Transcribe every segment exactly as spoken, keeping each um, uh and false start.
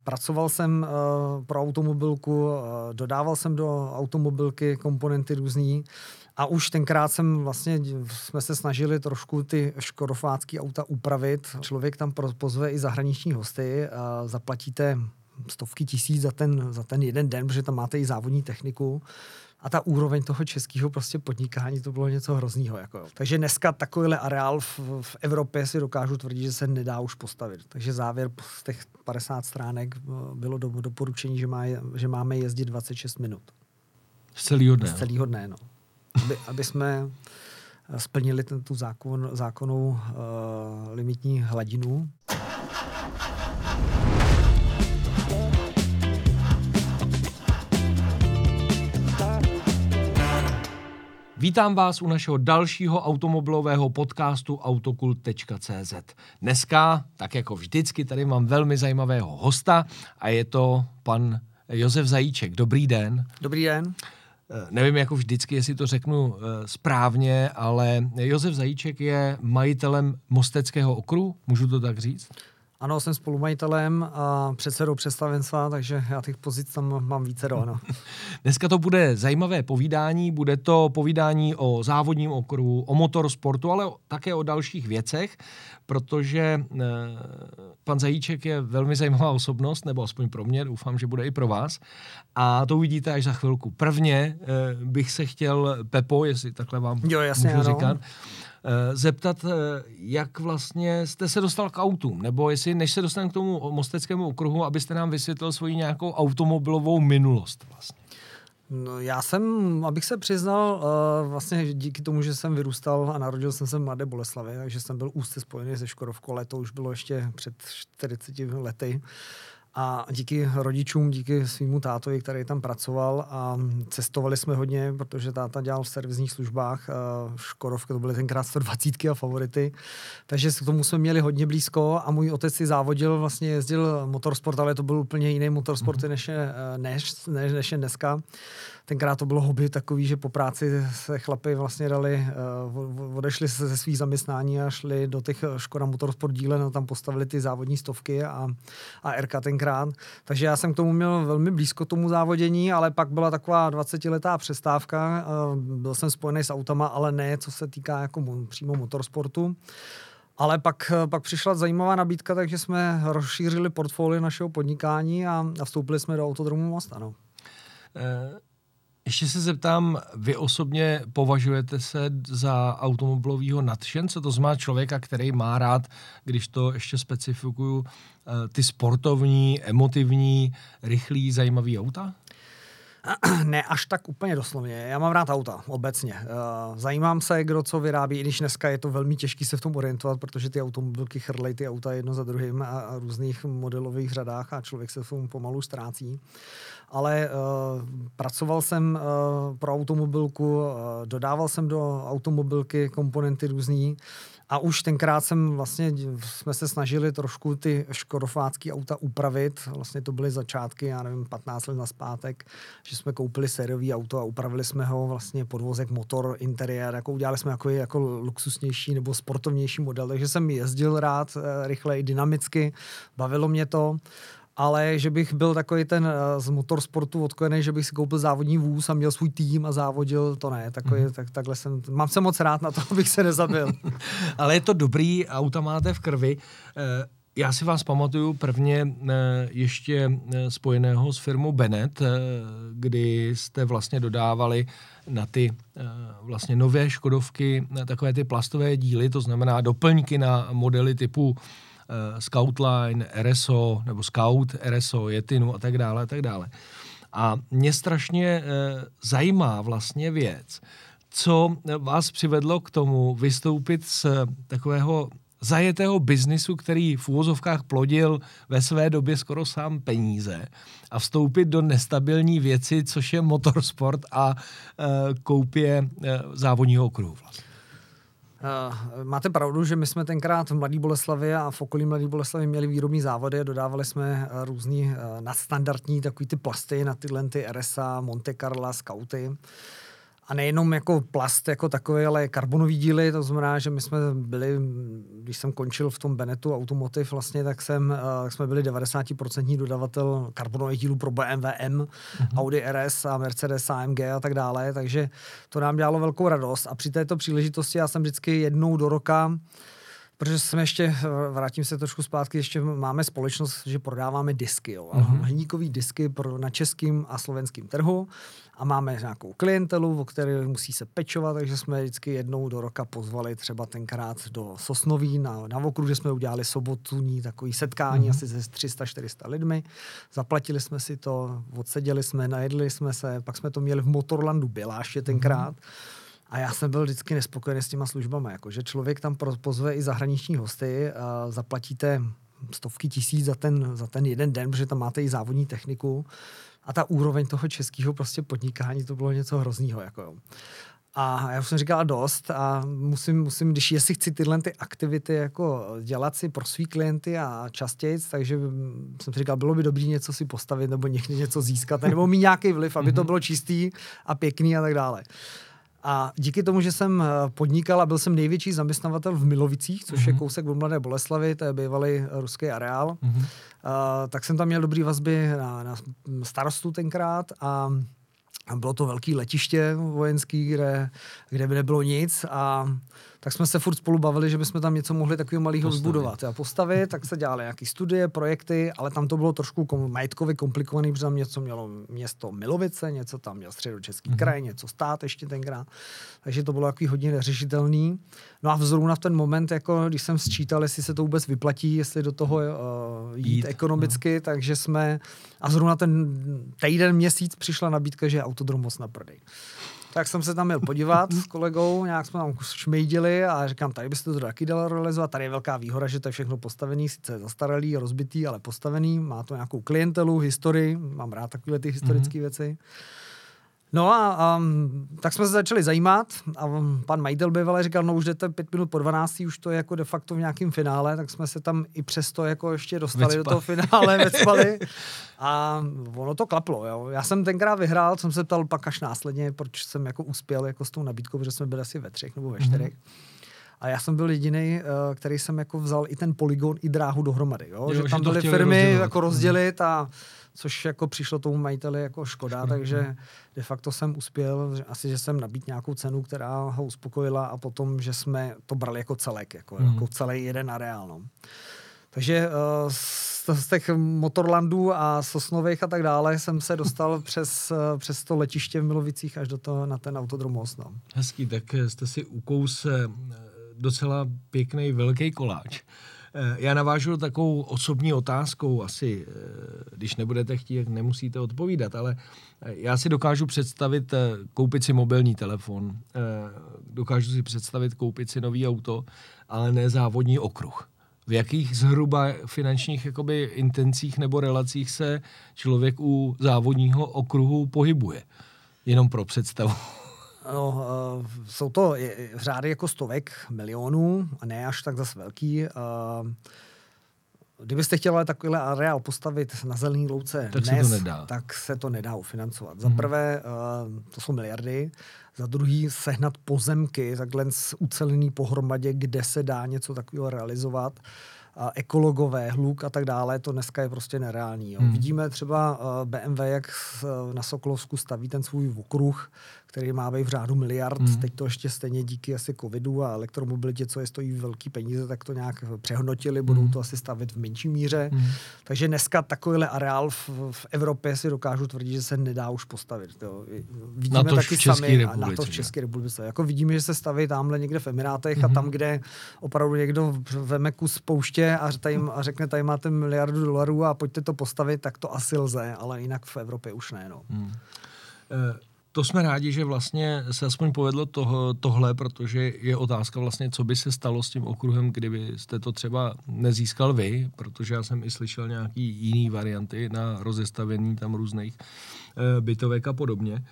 pracoval jsem uh, pro automobilku, uh, dodával jsem do automobilky komponenty různý a už tenkrát jsem vlastně, jsme se snažili trošku ty škodovácký auta upravit. Člověk tam pozve i zahraniční hosty, uh, zaplatíte stovky tisíc za ten, za ten jeden den, protože tam máte i závodní techniku. A ta úroveň toho českého prostě podnikání, to bylo něco hroznýho. Jako. Takže dneska takovýhle areál v, v Evropě si dokážu tvrdit, že se nedá už postavit. Takže závěr z těch padesát stránek bylo do, doporučení, že, má, že máme jezdit dvacet šest minut. Z celého dne. Z celého dne, no. Aby, aby jsme splnili ten, tu zákon, zákonnou uh, limitní hladinu. Vítám vás u našeho dalšího automobilového podcastu autokult tečka cé zet. Dneska, tak jako vždycky, tady mám velmi zajímavého hosta a je to pan Josef Zajíček. Dobrý den. Dobrý den. Nevím jako vždycky, jestli to řeknu správně, ale Josef Zajíček je majitelem Mosteckého okruhu, můžu to tak říct? Ano, jsem spolumajitelem a předsedou představenstva, takže já těch pozic tam mám více do, ano. Dneska to bude zajímavé povídání, bude to povídání o závodním okruhu, o motorsportu, ale také o dalších věcech, protože eh, pan Zajíček je velmi zajímavá osobnost, nebo aspoň pro mě, doufám, že bude i pro vás. A to uvidíte až za chvilku. Prvně eh, bych se chtěl, Pepo, jestli takhle vám jo, jasně, můžu ano. říkat, zeptat, jak vlastně jste se dostal k autům, nebo jestli, než se dostaneme k tomu Mosteckému okruhu, abyste nám vysvětlil svoji nějakou automobilovou minulost vlastně. No, já jsem, abych se přiznal, uh, vlastně díky tomu, že jsem vyrůstal a narodil jsem se v Mladé Boleslavi, takže jsem byl úzce spojený se Škodovkou, ale to už bylo ještě před čtyřiceti lety. A díky rodičům, díky svýmu tátovi, který tam pracoval a cestovali jsme hodně, protože táta dělal v servisních službách. Škodovka, to byly tenkrát sto dvacítky a favority. Takže k tomu jsme měli hodně blízko a můj otec si závodil, vlastně jezdil motorsport, ale to byl úplně jiný motorsport, mm-hmm. než, je, než, než, než je dneska. Tenkrát to bylo hobby takový, že po práci se chlapi vlastně dali, odešli se ze svých zaměstnání a šli do těch Škoda Motorsport dílen a tam postavili ty závodní stovky a, a R K tenkrát. Takže já jsem k tomu měl velmi blízko tomu závodění, ale pak byla taková dvacetiletá přestávka. Byl jsem spojený s autama, ale ne, co se týká jako přímo motorsportu. Ale pak, pak přišla zajímavá nabídka, takže jsme rozšířili portfolio našeho podnikání a, a vstoupili jsme do Autodromu Most, ano. Uh... Ještě se zeptám, vy osobně považujete se za automobilového nadšence? To znamená člověka, který má rád, když to ještě specifikuju, ty sportovní, emotivní, rychlý, zajímavý auta? Ne, až tak úplně doslovně. Já mám rád auta, obecně. Zajímám se, kdo co vyrábí, i když dneska je to velmi těžké se v tom orientovat, protože ty automobilky chrlej ty auta jedno za druhým a různých modelových řadách a člověk se v tom pomalu ztrácí. Ale uh, pracoval jsem uh, pro automobilku, uh, dodával jsem do automobilky komponenty různý a už tenkrát jsem vlastně, jsme se snažili trošku ty škodovácký auta upravit. Vlastně to byly začátky, já nevím, patnáct let nazpátek, že jsme koupili sériový auto a upravili jsme ho vlastně podvozek, motor, interiér, jako udělali jsme jako, jako luxusnější nebo sportovnější model, takže jsem jezdil rád, uh, rychle i dynamicky, bavilo mě to. Ale že bych byl takový ten uh, z motorsportu odkojený, že bych si koupil závodní vůz a měl svůj tým a závodil, to ne. Takový, mm. tak, takhle jsem, mám se moc rád na to, abych se nezabil. Ale je to dobrý, auta máte v krvi. Já si vás pamatuju prvně ještě spojeného s firmou Bennett, kdy jste vlastně dodávali na ty vlastně nové Škodovky takové ty plastové díly, to znamená doplňky na modely typu Scoutline, R S O, nebo Scout, R S O, Yetinu a tak dále, a tak dále. A mě strašně e, zajímá vlastně věc, co vás přivedlo k tomu vystoupit z takového zajetého biznisu, který v uvozovkách plodil ve své době skoro sám peníze a vstoupit do nestabilní věci, což je motorsport a e, koupě e, závodního okruhu vlastně. Uh, máte pravdu, že my jsme tenkrát v Mladé Boleslavi a v okolí Mladé Boleslavy měli výrobní závody a dodávali jsme uh, různý uh, nadstandardní takový ty plasty na tyhle ty R S A, Monte Carla, Scouty. A nejenom jako plast jako takový, ale karbonový díly, to znamená, že my jsme byli, když jsem končil v tom Bennettu Automotive vlastně, tak, jsem, tak jsme byli devadesát procent dodavatel karbonových dílů pro B M W M, mm-hmm. Audi R S a Mercedes A M G a tak dále, takže to nám dělalo velkou radost a při této příležitosti já jsem vždycky jednou do roka, protože jsme ještě, vrátím se trošku zpátky, ještě máme společnost, že prodáváme disky, jo, mm-hmm. hliníkový disky pro, na českým a slovenským trhu a máme nějakou klientelu, o které musí se pečovat, takže jsme vždycky jednou do roka pozvali třeba tenkrát do Sosnoví na, na okruh, že jsme udělali sobotní takový setkání mm-hmm. asi se tři sta čtyři sta lidmi, zaplatili jsme si to, odseděli jsme, najedli jsme se, pak jsme to měli v Motorlandu Běláště tenkrát, mm-hmm. A já jsem byl vždycky nespokojený s těma službama, jako, že člověk tam pozve i zahraniční hosty, a zaplatíte stovky tisíc za ten, za ten jeden den, protože tam máte i závodní techniku a ta úroveň toho českého prostě podnikání, to bylo něco hroznýho. Jako, jo. A já už jsem říkal dost a musím, musím, když jestli chci tyhle ty aktivity jako dělat si pro svý klienty a častěji, takže jsem si říkal, bylo by dobrý něco si postavit nebo někdy něco získat, nebo mít nějaký vliv, aby to bylo čistý a pěkný a tak dále. A díky tomu, že jsem podnikal a byl jsem největší zaměstnavatel v Milovicích, což mm-hmm. je kousek od Mladé Boleslavi, to je bývalý ruský areál, mm-hmm. uh, tak jsem tam měl dobrý vazby na, na starostu tenkrát a A bylo to velké letiště vojenský, kde, kde by nebylo nic a tak jsme se furt spolu bavili, že bychom tam něco mohli takového malého vybudovat a postavit, tak se dělaly nějaké studie, projekty, ale tam to bylo trošku kom, majetkově komplikovaný, protože tam něco mělo město Milovice, něco tam měl Středočeský mm-hmm. kraj, něco stát ještě tenkrát, takže to bylo takový hodně neřešitelný. No a zrovna v ten moment, jako když jsem sčítal, jestli se to vůbec vyplatí, jestli do toho uh, jít, jít ekonomicky, no. takže jsme, a zrovna ten týden, měsíc přišla nabídka, že je Autodrom Most na prodej. Tak jsem se tam měl podívat s kolegou, nějak jsme tam šmejdili a říkám, tady byste to taky dalo realizovat. Tady je velká výhoda, že to je všechno postavený, sice zastaralý, rozbitý, ale postavený. Má to nějakou klientelu, historii, mám rád takové ty historické mm-hmm. věci. No a, a tak jsme se začali zajímat a pan majitel bývalý říkal, no už jdete pět minut po dvanácti, už to je jako de facto v nějakém finále, tak jsme se tam i přesto jako ještě dostali Vecpa. do toho finále, vecpali a ono to klaplo, jo. Já jsem tenkrát vyhrál, jsem se ptal pak až následně, proč jsem jako uspěl jako s tou nabídkou, protože jsme byli asi ve třech nebo ve čtyřech. Mm-hmm. A já jsem byl jediný, který jsem jako vzal i ten polygon, i dráhu dohromady, jo? jo že tam byly firmy rozdělit. jako rozdělit a což jako přišlo tomu majiteli jako škoda, škoda takže ne. de facto jsem uspěl, asi, že jsem nabít nějakou cenu, která ho uspokojila a potom, že jsme to brali jako celek, jako, mm. jako celý jeden areál. No. Takže uh, z, z těch Motorlandů a Sosnových a tak dále jsem se dostal přes, uh, přes to letiště v Milovicích až do toho na ten Autodrom Most. No. Hezký, tak jste si ukous docela pěkný velký koláč. Já navážu takovou osobní otázkou, asi, když nebudete chtít, nemusíte odpovídat, ale já si dokážu představit koupit si mobilní telefon, dokážu si představit koupit si nový auto, ale ne závodní okruh. V jakých zhruba finančních jakoby, intencích nebo relacích se člověk u závodního okruhu pohybuje? Jenom pro představu. No, uh, jsou to řády jako stovek milionů a ne až tak zase velký. Uh, kdybyste chtěli takovýhle areál postavit na zelený louce tak dnes, se tak se to nedá ufinancovat. Mm-hmm. Za prvé, uh, to jsou miliardy, za druhý sehnat pozemky, takhle ucelený pohromadě, kde se dá něco takového realizovat. A ekologové, hluk a tak dále, to dneska je prostě nereální. Jo. Hmm. Vidíme třeba uh, B M W, jak na Sokolovsku staví ten svůj okruh, který má být v řádu miliard. Hmm. Teď to ještě stejně díky asi covidu a elektromobilitě, co je stojí velký peníze, tak to nějak přehodnotili, budou hmm. to asi stavit v menší míře. Hmm. Takže dneska takovýhle areál v, v Evropě si dokážu tvrdit, že se nedá už postavit. Jo. Vidíme na taky sami a na to v České republice. Jako vidíme, že se staví tamhle někde v Emirátech hmm. a tam, kde opravdu někdo veme kus pouště a, tady, a řekne, tady máte miliardu dolarů a pojďte to postavit, tak to asi lze, ale jinak v Evropě už ne. No. Hmm. E, to jsme rádi, že vlastně se aspoň povedlo toho, tohle, protože je otázka vlastně, co by se stalo s tím okruhem, kdybyste to třeba nezískal vy, protože já jsem i slyšel nějaký jiný varianty na rozestavění tam různých e, bytovek a podobně. E,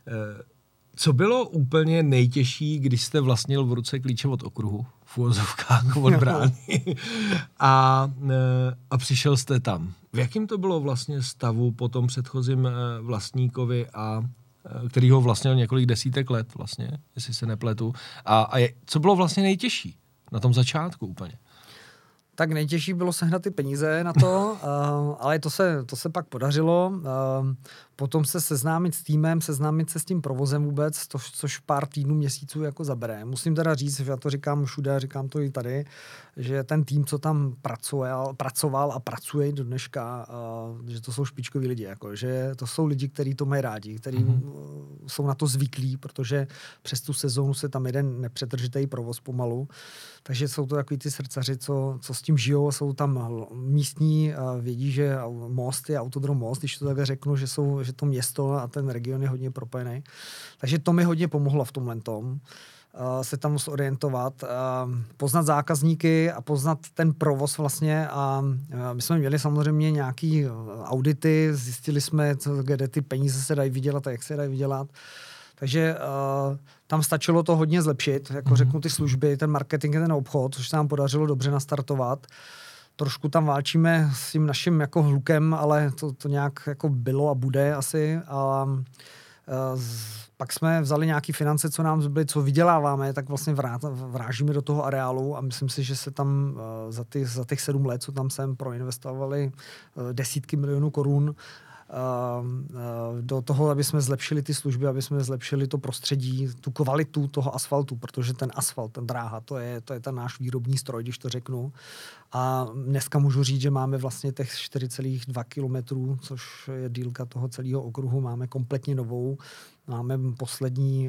Co bylo úplně nejtěžší, když jste vlastnil v ruce klíče od okruhu, v uvozovkách od brány, a, a přišel jste tam? V jakém to bylo vlastně stavu po tom předchozím vlastníkovi a který ho vlastně několik desítek let vlastně, jestli se nepletu. A, a je, co bylo vlastně nejtěžší na tom začátku úplně? Tak nejtěžší bylo sehnat ty peníze na to, uh, ale to se, to se pak podařilo. Uh, potom se seznámit s týmem, seznámit se s tím provozem vůbec, to, což pár týdnů, měsíců jako zabere. Musím teda říct, že já to říkám všude, říkám to i tady, že ten tým, co tam pracoval, pracoval a pracuje do dneška, uh, že to jsou špičkoví lidi, jako, že to jsou lidi, kteří to mají rádi, kteří mm-hmm. uh, jsou na to zvyklí, protože přes tu sezónu se tam jeden nepřetržitý provoz pomalu. Takže jsou to takový ty srdcaři, co, co s tím žijou, jsou tam místní, vědí, že most je Autodrom Most, když to takhle řeknu, že, jsou, že to město a ten region je hodně propojený. Takže to mi hodně pomohlo v tomhle tom, se tam zorientovat, poznat zákazníky a poznat ten provoz vlastně a my jsme měli samozřejmě nějaký audity, zjistili jsme, co, kde ty peníze se dají vydělat a jak se dají vydělat. Takže uh, tam stačilo to hodně zlepšit, jako mm-hmm. řeknu ty služby, ten marketing a ten obchod, což se nám podařilo dobře nastartovat. Trošku tam válčíme s tím naším jako hlukem, ale to, to nějak jako bylo a bude asi. A uh, z, pak jsme vzali nějaký finance, co nám zbyly, co vyděláváme, tak vlastně vrát, vrážíme do toho areálu a myslím si, že se tam uh, za, ty, za těch sedm let, co tam jsem, proinvestovali uh, desítky milionů korun do toho, aby jsme zlepšili ty služby, aby jsme zlepšili to prostředí, tu kvalitu toho asfaltu, protože ten asfalt, ten dráha, to je, to je ten náš výrobní stroj, když to řeknu. A dneska můžu říct, že máme vlastně těch čtyři celá dva kilometru, což je dílka toho celého okruhu, máme kompletně novou. Máme poslední,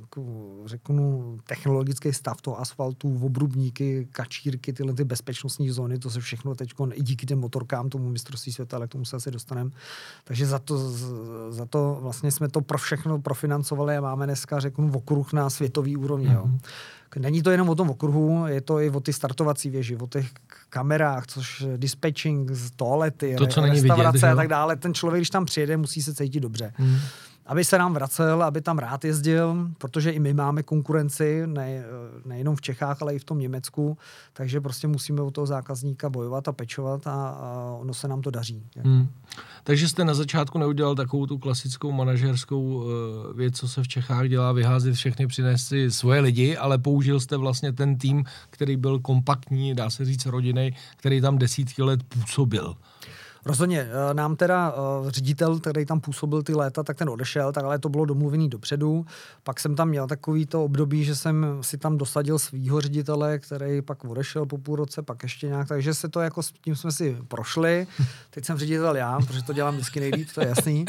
řeknu, technologický stav toho asfaltu, obrubníky, kačírky, tyhle ty bezpečnostní zóny, to se všechno teď i díky těm motorkám, tomu mistrovství světa, ale k tomu se asi dostaneme. Takže za to, za to vlastně jsme to pro všechno profinancovali a máme dneska, řeknu, okruh na světový úrovni. Mm-hmm. Jo. Není to jenom o tom okruhu, je to i o ty startovací věži, o těch kamerách, což dispatching, toalety, to, co restaurace vidět, a tak dále. Ten člověk, když tam přijede, musí se cítit dobře. Mm. Aby se nám vracel, aby tam rád jezdil, protože i my máme konkurenci, ne, nejenom v Čechách, ale i v tom Německu, takže prostě musíme o toho zákazníka bojovat a pečovat a, a ono se nám to daří. Hmm. Takže jste na začátku neudělal takovou tu klasickou manažerskou uh, věc, co se v Čechách dělá, vyházet všechny, přinést si svoje lidi, ale použil jste vlastně ten tým, který byl kompaktní, dá se říct rodinný, který tam desítky let působil. Rozhodně. Nám teda uh, ředitel, který tam působil ty léta, tak ten odešel, tak ale to bylo domluvený dopředu. Pak jsem tam měl takový to období, že jsem si tam dosadil svýho ředitele, který pak odešel po půl roce, pak ještě nějak, takže se to jako s tím jsme si prošli. Teď jsem ředitel já, protože to dělám vždycky nejlíp, to je jasný.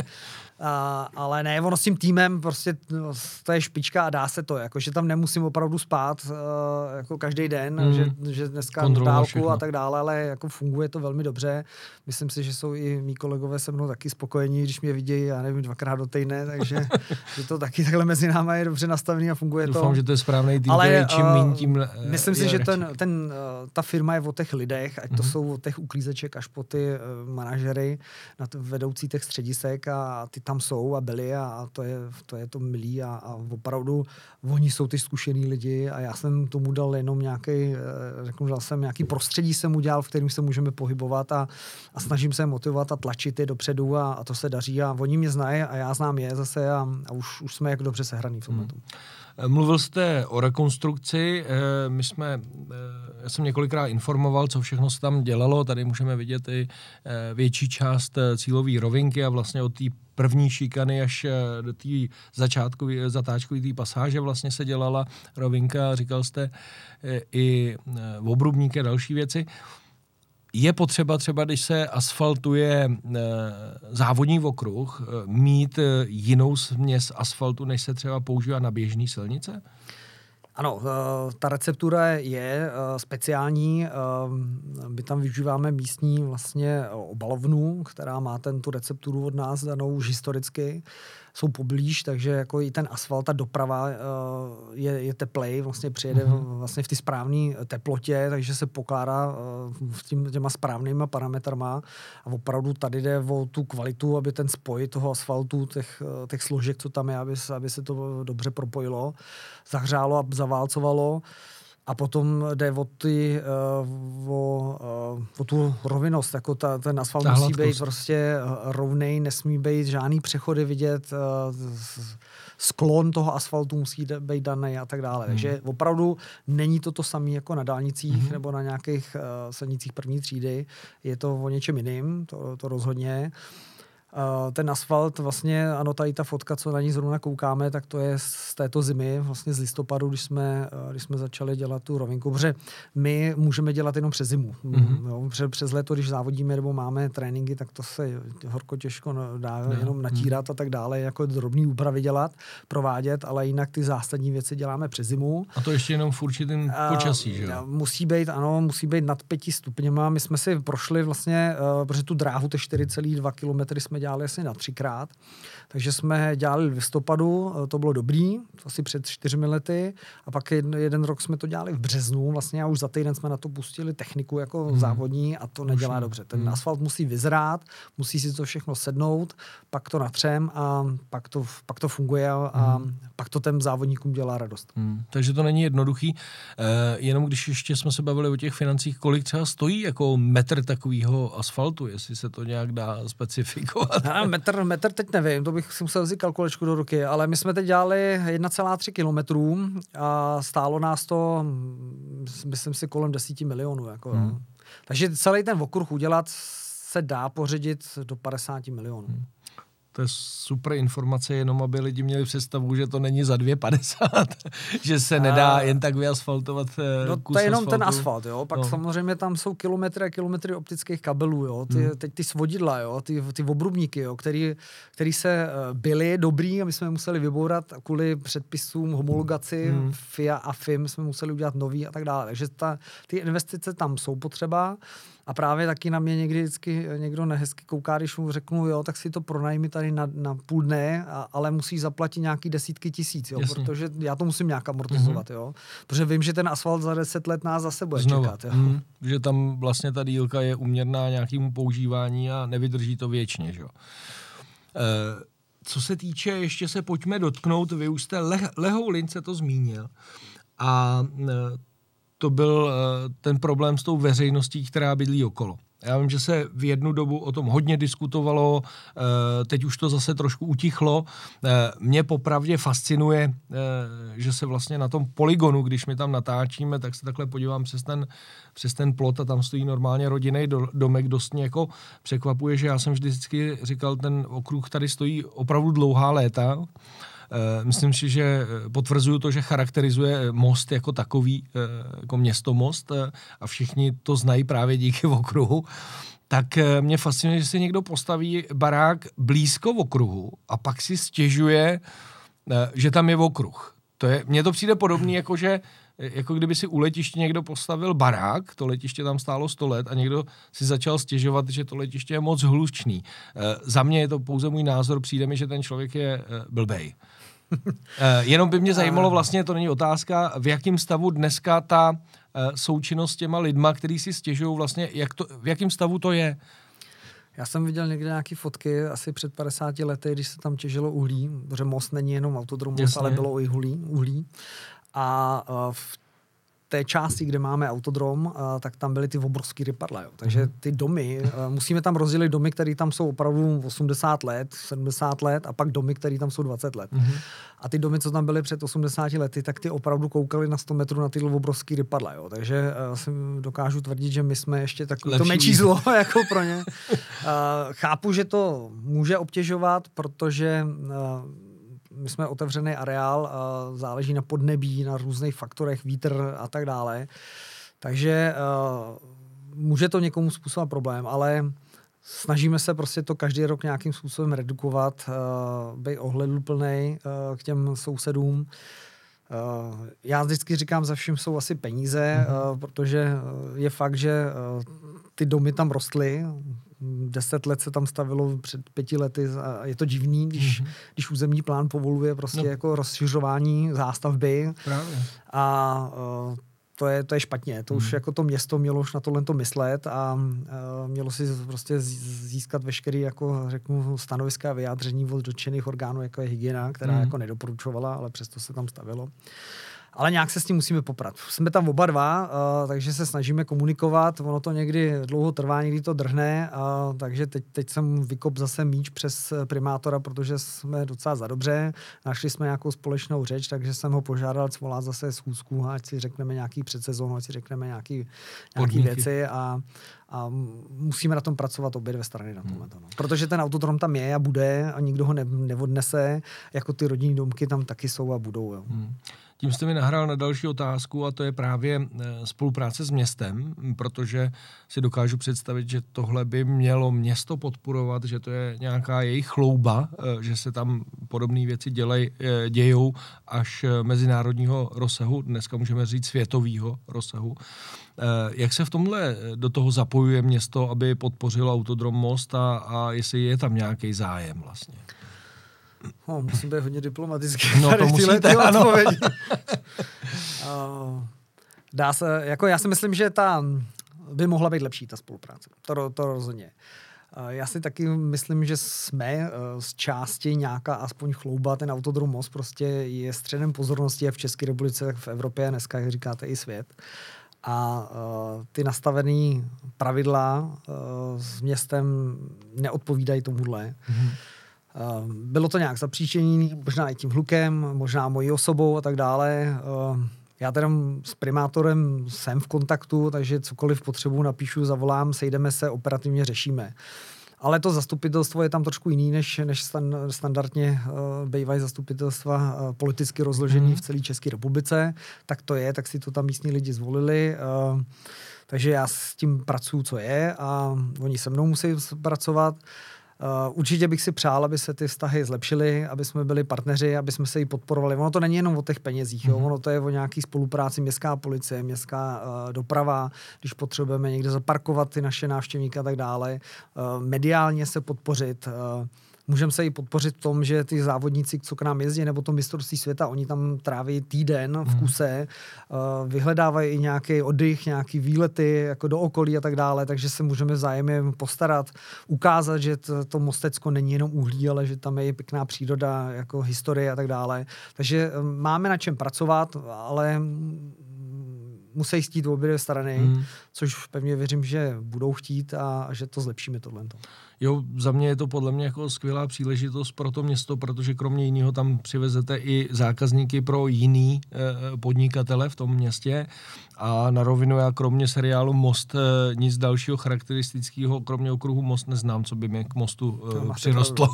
A, ale ne, ono s tím týmem prostě to je špička a dá se to, jako, že tam nemusím opravdu spát uh, jako každý den, mm. že, že dneska dálku všechno. A tak dále, ale jako funguje to velmi dobře. Myslím si, že jsou i mý kolegové se mnou taky spokojení, když mě vidějí, já nevím, dvakrát do týdne, takže že to taky takhle mezi náma je dobře nastavený a funguje Doufám, to. Doufám, že to je správný tým, ale čím míň, tím uh, myslím si, že ten, ten, uh, ta firma je o těch lidech, ať mm. to jsou od těch uklízeček až po ty uh, manažery, na to vedoucí těch středisek a ty tam jsou a byli a, a to, je, to je to milý a, a opravdu oni jsou ty zkušený lidi a já jsem tomu dal jenom nějaký, řeknu, dal jsem nějaký prostředí jsem udělal, v kterým se můžeme pohybovat a, a snažím se motivovat a tlačit je dopředu a, a to se daří a oni mě znají a já znám je zase a, a už, už jsme jak dobře sehraný v tomhle. Hmm. Mluvil jste o rekonstrukci, my jsme, já jsem několikrát informoval, co všechno se tam dělalo, tady můžeme vidět i větší část cílové rovinky a vlastně od té první šikany až do té začátkové, zatáčkové té pasáže vlastně se dělala rovinka, říkal jste i obrubníky a další věci. Je potřeba třeba, když se asfaltuje e, závodní okruh, e, mít e, jinou směs asfaltu, než se třeba používá na běžné silnice? Ano, ta receptura je speciální. My tam využíváme místní vlastně obalovnu, která má ten, tu recepturu od nás danou už historicky. Jsou poblíž, takže jako i ten asfalt, ta doprava je, je teplej, vlastně přijede mm-hmm. vlastně v té správné teplotě, takže se pokládá v tím, těma správnýma parametrama a opravdu tady jde o tu kvalitu, aby ten spoj toho asfaltu, těch, těch složek, co tam je, aby, aby se to dobře propojilo, zahřálo a zaválcovalo. A potom jde o, ty, uh, o, uh, o tu rovinnost, jako ta, ten asfalt ta musí hladkost. Být prostě rovnej, nesmí být žádný přechody vidět, uh, sklon toho asfaltu musí být daný a tak dále. Hmm. Takže opravdu není to to samé jako na dálnicích hmm. nebo na nějakých uh, silnicích první třídy. Je to o něčem jiným, to, to rozhodně. Uh, ten asfalt, vlastně, ano, tady ta fotka, co na ní zrovna koukáme, tak to je z této zimy, vlastně z listopadu, když jsme, uh, když jsme začali dělat tu rovinku, protože my můžeme dělat jenom přes zimu. Mm-hmm. Jo, přes, přes léto, když závodíme nebo máme tréninky, tak to se horko těžko dá ne. jenom natírat mm-hmm. a tak dále, jako drobný úpravy dělat, provádět, ale jinak ty zásadní věci děláme přes zimu. A to ještě jenom v určitým počasí, že jo? Uh, musí být, ano, musí být nad pěti stupněma. My jsme si prošli vlastně, uh, protože tu dráhu, ty čtyři celé dva kilometry jsme dělali asi na třikrát. Takže jsme dělali v listopadu, to bylo dobrý, asi před čtyřmi lety. A pak jeden, jeden rok jsme to dělali v březnu vlastně a už za týden jsme na to pustili techniku jako hmm. závodní a to nedělá dobře. Ten hmm. asfalt musí vyzrát, musí si to všechno sednout, pak to natřem a pak to, pak to funguje a hmm. pak to těm závodníkům dělá radost. Hmm. Takže to není jednoduchý. E, jenom když ještě jsme se bavili o těch financích, kolik třeba stojí jako metr takového asfaltu, jestli se to nějak dá specifikovat? Já, metr, metr teď nevím, to bych si musel vzít kalkulačku do ruky, ale my jsme teď dělali jedna celá tři kilometrů a stálo nás to, myslím si, kolem deseti milionů. Jako, hmm. no. Takže celý ten okruh udělat se dá pořídit do padesát milionů. Hmm. To je super informace, jenom aby lidi měli představu, že to není za dvě padesát, že se nedá jen tak vyasfaltovat no, kus to je jenom asfaltu. Ten asfalt, jo. Pak no. samozřejmě tam jsou kilometry a kilometry optických kabelů, jo. Ty, hmm. teď ty svodidla, jo, ty, ty obrubníky, jo, který, který se byly dobrý a my jsme museli vybourat kvůli předpisům homologaci hmm. F I A a F I M jsme museli udělat nový a tak dále. Takže ta, ty investice tam jsou potřeba. A právě taky na mě někdy vždycky někdo nehezky kouká, když mu řeknu, jo, tak si to pronajmi tady na, na půl dne, a, ale musí zaplatit nějaký desítky tisíc, jo, protože já to musím nějak amortizovat, mm-hmm. jo. Protože vím, že ten asfalt za deset let nás zase bude Znova. čekat. Jo. Mm, že tam vlastně ta dílka je uměrná nějakému používání a nevydrží to věčně, že jo. E, co se týče, ještě se pojďme dotknout, vy už jste Le- Lehou lince to zmínil a e, to byl uh, ten problém s tou veřejností, která bydlí okolo. Já vím, že se v jednu dobu o tom hodně diskutovalo, uh, teď už to zase trošku utichlo. Uh, mě popravdě fascinuje, uh, že se vlastně na tom polygonu, když my tam natáčíme, tak se takhle podívám přes ten, přes ten plot a tam stojí normálně rodinný do, domek. Dost mě jako překvapuje, že já jsem vždycky říkal, ten okruh tady stojí opravdu dlouhá léta. Uh, myslím si, že potvrzuju to, že charakterizuje most jako takový, uh, jako městomost uh, a všichni to znají právě díky okruhu. Tak uh, mě fascinuje, že si někdo postaví barák blízko okruhu a pak si stěžuje, uh, že tam je okruh. To je, mně to přijde podobný, jako že jako kdyby si u letiště někdo postavil barák, to letiště tam stálo sto let a někdo si začal stěžovat, že to letiště je moc hlučný. E, za mě je to pouze můj názor, přijde mi, že ten člověk je e, blbej. E, jenom by mě zajímalo, vlastně to není otázka, v jakém stavu dneska ta e, součinnost s těma lidma, který si stěžují, vlastně, jak to, v jakém stavu to je? Já jsem viděl někde nějaké fotky asi před padesáti lety, když se tam těžilo uhlí, protože most není jenom autodrom, most, ale bylo i uhlí. uhlí. A v té části, kde máme autodrom, tak tam byly ty obrovský rypadla. Jo. Takže ty domy, musíme tam rozdělit domy, které tam jsou opravdu osmdesát let, sedmdesát let a pak domy, které tam jsou dvacet let. Mm-hmm. A ty domy, co tam byly před osmdesáti lety, tak ty opravdu koukaly na sto metrů na tyhle obrovský rypadla. Jo. Takže uh, si dokážu tvrdit, že my jsme ještě takové to menší zlo jako pro ně. Uh, chápu, že to může obtěžovat, protože uh, my jsme otevřený areál, uh, záleží na podnebí, na různých faktorech, vítr a tak dále. Takže uh, může to někomu způsobovat problém, ale snažíme se prostě to každý rok nějakým způsobem redukovat, uh, být ohleduplnej uh, k těm sousedům. Uh, já vždycky říkám, za vším jsou asi peníze, mm-hmm. uh, protože je fakt, že uh, ty domy tam rostly, deset let se tam stavilo před pěti lety a je to divný, když, mm-hmm. když územní plán povoluje prostě no. jako rozšiřování zástavby. Právě. A uh, to je, to je špatně. To mm. už jako to město mělo už na tohle to myslet a uh, mělo si prostě získat veškerý, jako řeknu, stanoviska a vyjádření od dotčených orgánů, jako je hygiena, která mm. jako nedoporučovala, ale přesto se tam stavilo. Ale nějak se s tím musíme poprat. Jsme tam oba dva, uh, takže se snažíme komunikovat, ono to někdy dlouho trvá, někdy to drhne, uh, takže teď, teď jsem vykop zase míč přes primátora, protože jsme docela za dobře, našli jsme nějakou společnou řeč, takže jsem ho požádal svolat zase schůzku, ať si řekneme nějaký předsezon, ať si řekneme nějaký, nějaký věci a, a musíme na tom pracovat obě dvě strany na tomhle. Hmm. Protože ten autodrom tam je a bude a nikdo ho ne, neodnese, jako ty rodinní domky tam taky jsou a budou. Jo. Hmm. Tím jste mi nahrál na další otázku a to je právě spolupráce s městem, protože si dokážu představit, že tohle by mělo město podporovat, že to je nějaká jejich chlouba, že se tam podobné věci dělej, dějou až mezinárodního rozsahu, dneska můžeme říct světového rozsahu. Jak se v tomhle do toho zapojuje město, aby podpořilo Autodrom Most a, a jestli je tam nějaký zájem vlastně? Oh, musím být hodně diplomatický. No to musíte, ano. Dá se, jako já si myslím, že ta by mohla být lepší, ta spolupráce. To, to rozhodně. Já si taky myslím, že jsme z části nějaká aspoň chlouba, ten Autodrom Most prostě je středem pozornosti jak v České republice, tak v Evropě, dneska, jak říkáte, i svět. A uh, ty nastavené pravidla uh, s městem neodpovídají tomuhle. Mm-hmm. Uh, bylo to nějak zapříčeněné, možná i tím hlukem, možná mojí osobou a tak dále. Uh, já teda s primátorem jsem v kontaktu, takže cokoliv potřebuji, napíšu, zavolám, sejdeme se, operativně řešíme. Ale to zastupitelstvo je tam trošku jiný, než, než stan, standardně uh, bývají zastupitelstva uh, politicky rozložený mm. v celé České republice. Tak to je, tak si to tam místní lidi zvolili. Uh, takže já s tím pracuju, co je a oni se mnou musí pracovat. Uh, určitě bych si přál, aby se ty vztahy zlepšily, aby jsme byli partneři, aby jsme se jí podporovali. Ono to není jenom o těch penězích, jo? Ono to je o nějaký spolupráci, městská policie, městská uh, doprava, když potřebujeme někde zaparkovat ty naše návštěvníky a tak dále. Uh, mediálně se podpořit. Uh, Můžeme se i podpořit v tom, že ty závodníci, co k nám jezdí, nebo to mistrovství světa, oni tam tráví týden v kuse, uh, vyhledávají i nějaký oddych, nějaký výlety jako do okolí a tak dále, takže se můžeme vzájemně postarat, ukázat, že to, to Mostecko není jenom uhlí, ale že tam je pěkná příroda, jako historie a tak dále. Takže um, máme na čem pracovat, ale musí chtít obě dvě strany, hmm. což pevně věřím, že budou chtít a, a že to zlepšíme tohle. Jo, za mě je to podle mě jako skvělá příležitost pro to město, protože kromě jiného tam přivezete i zákazníky pro jiný eh, podnikatele v tom městě a na rovinu já kromě seriálu Most eh, nic dalšího charakteristického, kromě okruhu Most neznám, co by mě k Mostu eh, přirostlo.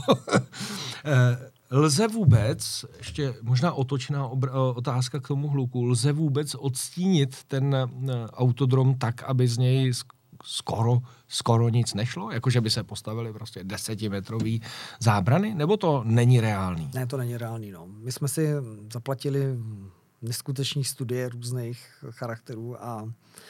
eh, Lze vůbec, ještě možná otočná obr- otázka k tomu hluku, lze vůbec odstínit ten uh, autodrom tak, aby z něj skoro, skoro nic nešlo? Jakože by se postavili prostě desetimetrový zábrany? Nebo to není reálný? Ne, to není reálný, no. My jsme si zaplatili neskutečných studie různých charakterů a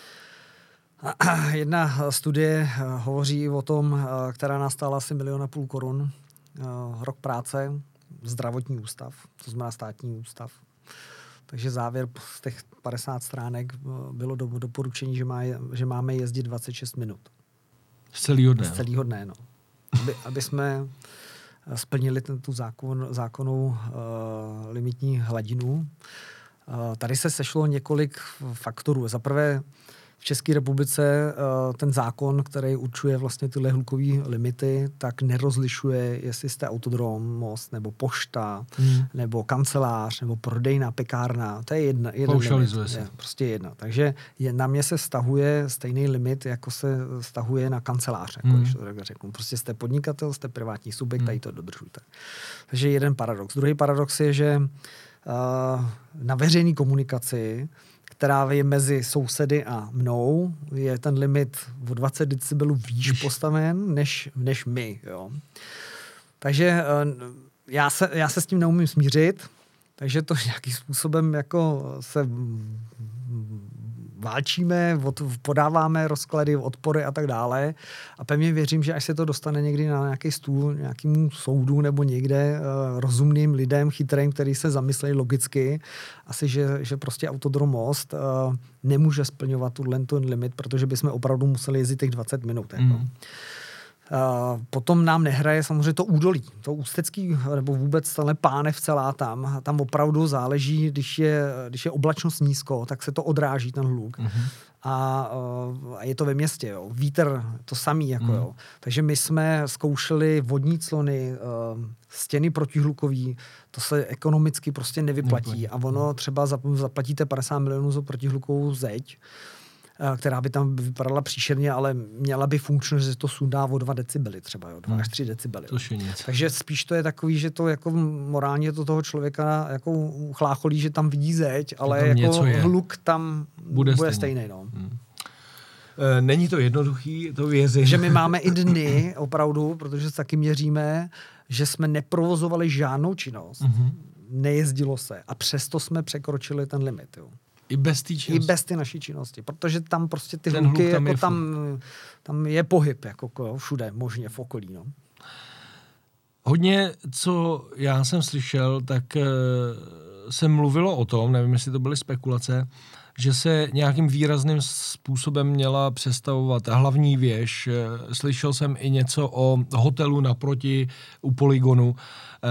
jedna studie hovoří o tom, která nás stála asi milion a půl korun, rok práce, zdravotní ústav, to znamená státní ústav. Takže závěr z těch padesát stránek bylo do, doporučení, že, má, že máme jezdit dvacet šest minut. Z celého dne. Z celého dne, no. Aby, aby jsme splnili ten, tu zákon, zákonnou uh, limitní hladinu. Uh, tady se sešlo několik faktorů. Za prvé, v České republice uh, ten zákon, který určuje vlastně tyhle hlukové limity, tak nerozlišuje, jestli jste autodrom, most, nebo pošta, hmm. nebo kancelář, nebo prodejna, pekárna. To je jedna. jeden limit. Je, prostě jedna. Takže je, na mě se vztahuje stejný limit, jako se vztahuje na kancelář. Jako hmm. když to tak řeknu. Prostě jste podnikatel, jste privátní subjekt, hmm. tady to dodržujte. Takže jeden paradox. Druhý paradox je, že uh, na veřejné komunikaci, která je mezi sousedy a mnou, je ten limit o dvacet decibelů výš postaven, než, než my. Jo. Takže já se, já se s tím neumím smířit, takže to nějakým způsobem jako se válčíme, od, podáváme rozklady, odpory a tak dále. A pevně věřím, že až se to dostane někdy na nějaký stůl, nějakému soudu nebo někde uh, rozumným lidem, chytrým, který se zamyslejí logicky, asi, že, že prostě Autodrom Most uh, nemůže splňovat tuhle ten limit, protože bychom opravdu museli jezdit těch dvacet minut. Jako. Mm. Potom nám nehraje samozřejmě to údolí, to ústecký, nebo vůbec tenhle Pánev celá tam. Tam opravdu záleží, když je, když je oblačnost nízko, tak se to odráží, ten hluk. Mm-hmm. A, a je to ve městě, jo. Vítr, to samý, jako mm. jo. Takže my jsme zkoušeli vodní clony, stěny protihlukový, to se ekonomicky prostě nevyplatí. Neplatí. A ono třeba zaplatíte padesát milionů za protihlukovou zeď, která by tam vypadala příšerně, ale měla by funkčnost, že to sundá o dva decibely třeba, jo, dva až tři decibely. Takže spíš to je takový, že to jako morálně to toho člověka jako chlácholí, že tam vidí zeď, ale jako hluk tam bude, bude stejný. stejný no. hmm. Není to jednoduchý, to věřím. Že my máme i dny, opravdu, protože se taky měříme, že jsme neprovozovali žádnou činnost, mm-hmm. nejezdilo se a přesto jsme překročili ten limit, jo. I bez té činnosti. I bez ty naší činnosti, protože tam prostě ty ten hluky, tam, jako je tam, tam je pohyb, jako všude možně v okolí. No. Hodně, co já jsem slyšel, tak uh, se mluvilo o tom, nevím, jestli to byly spekulace, že se nějakým výrazným způsobem měla přestavovat hlavní věž. Slyšel jsem i něco o hotelu naproti u Polygonu. Uh,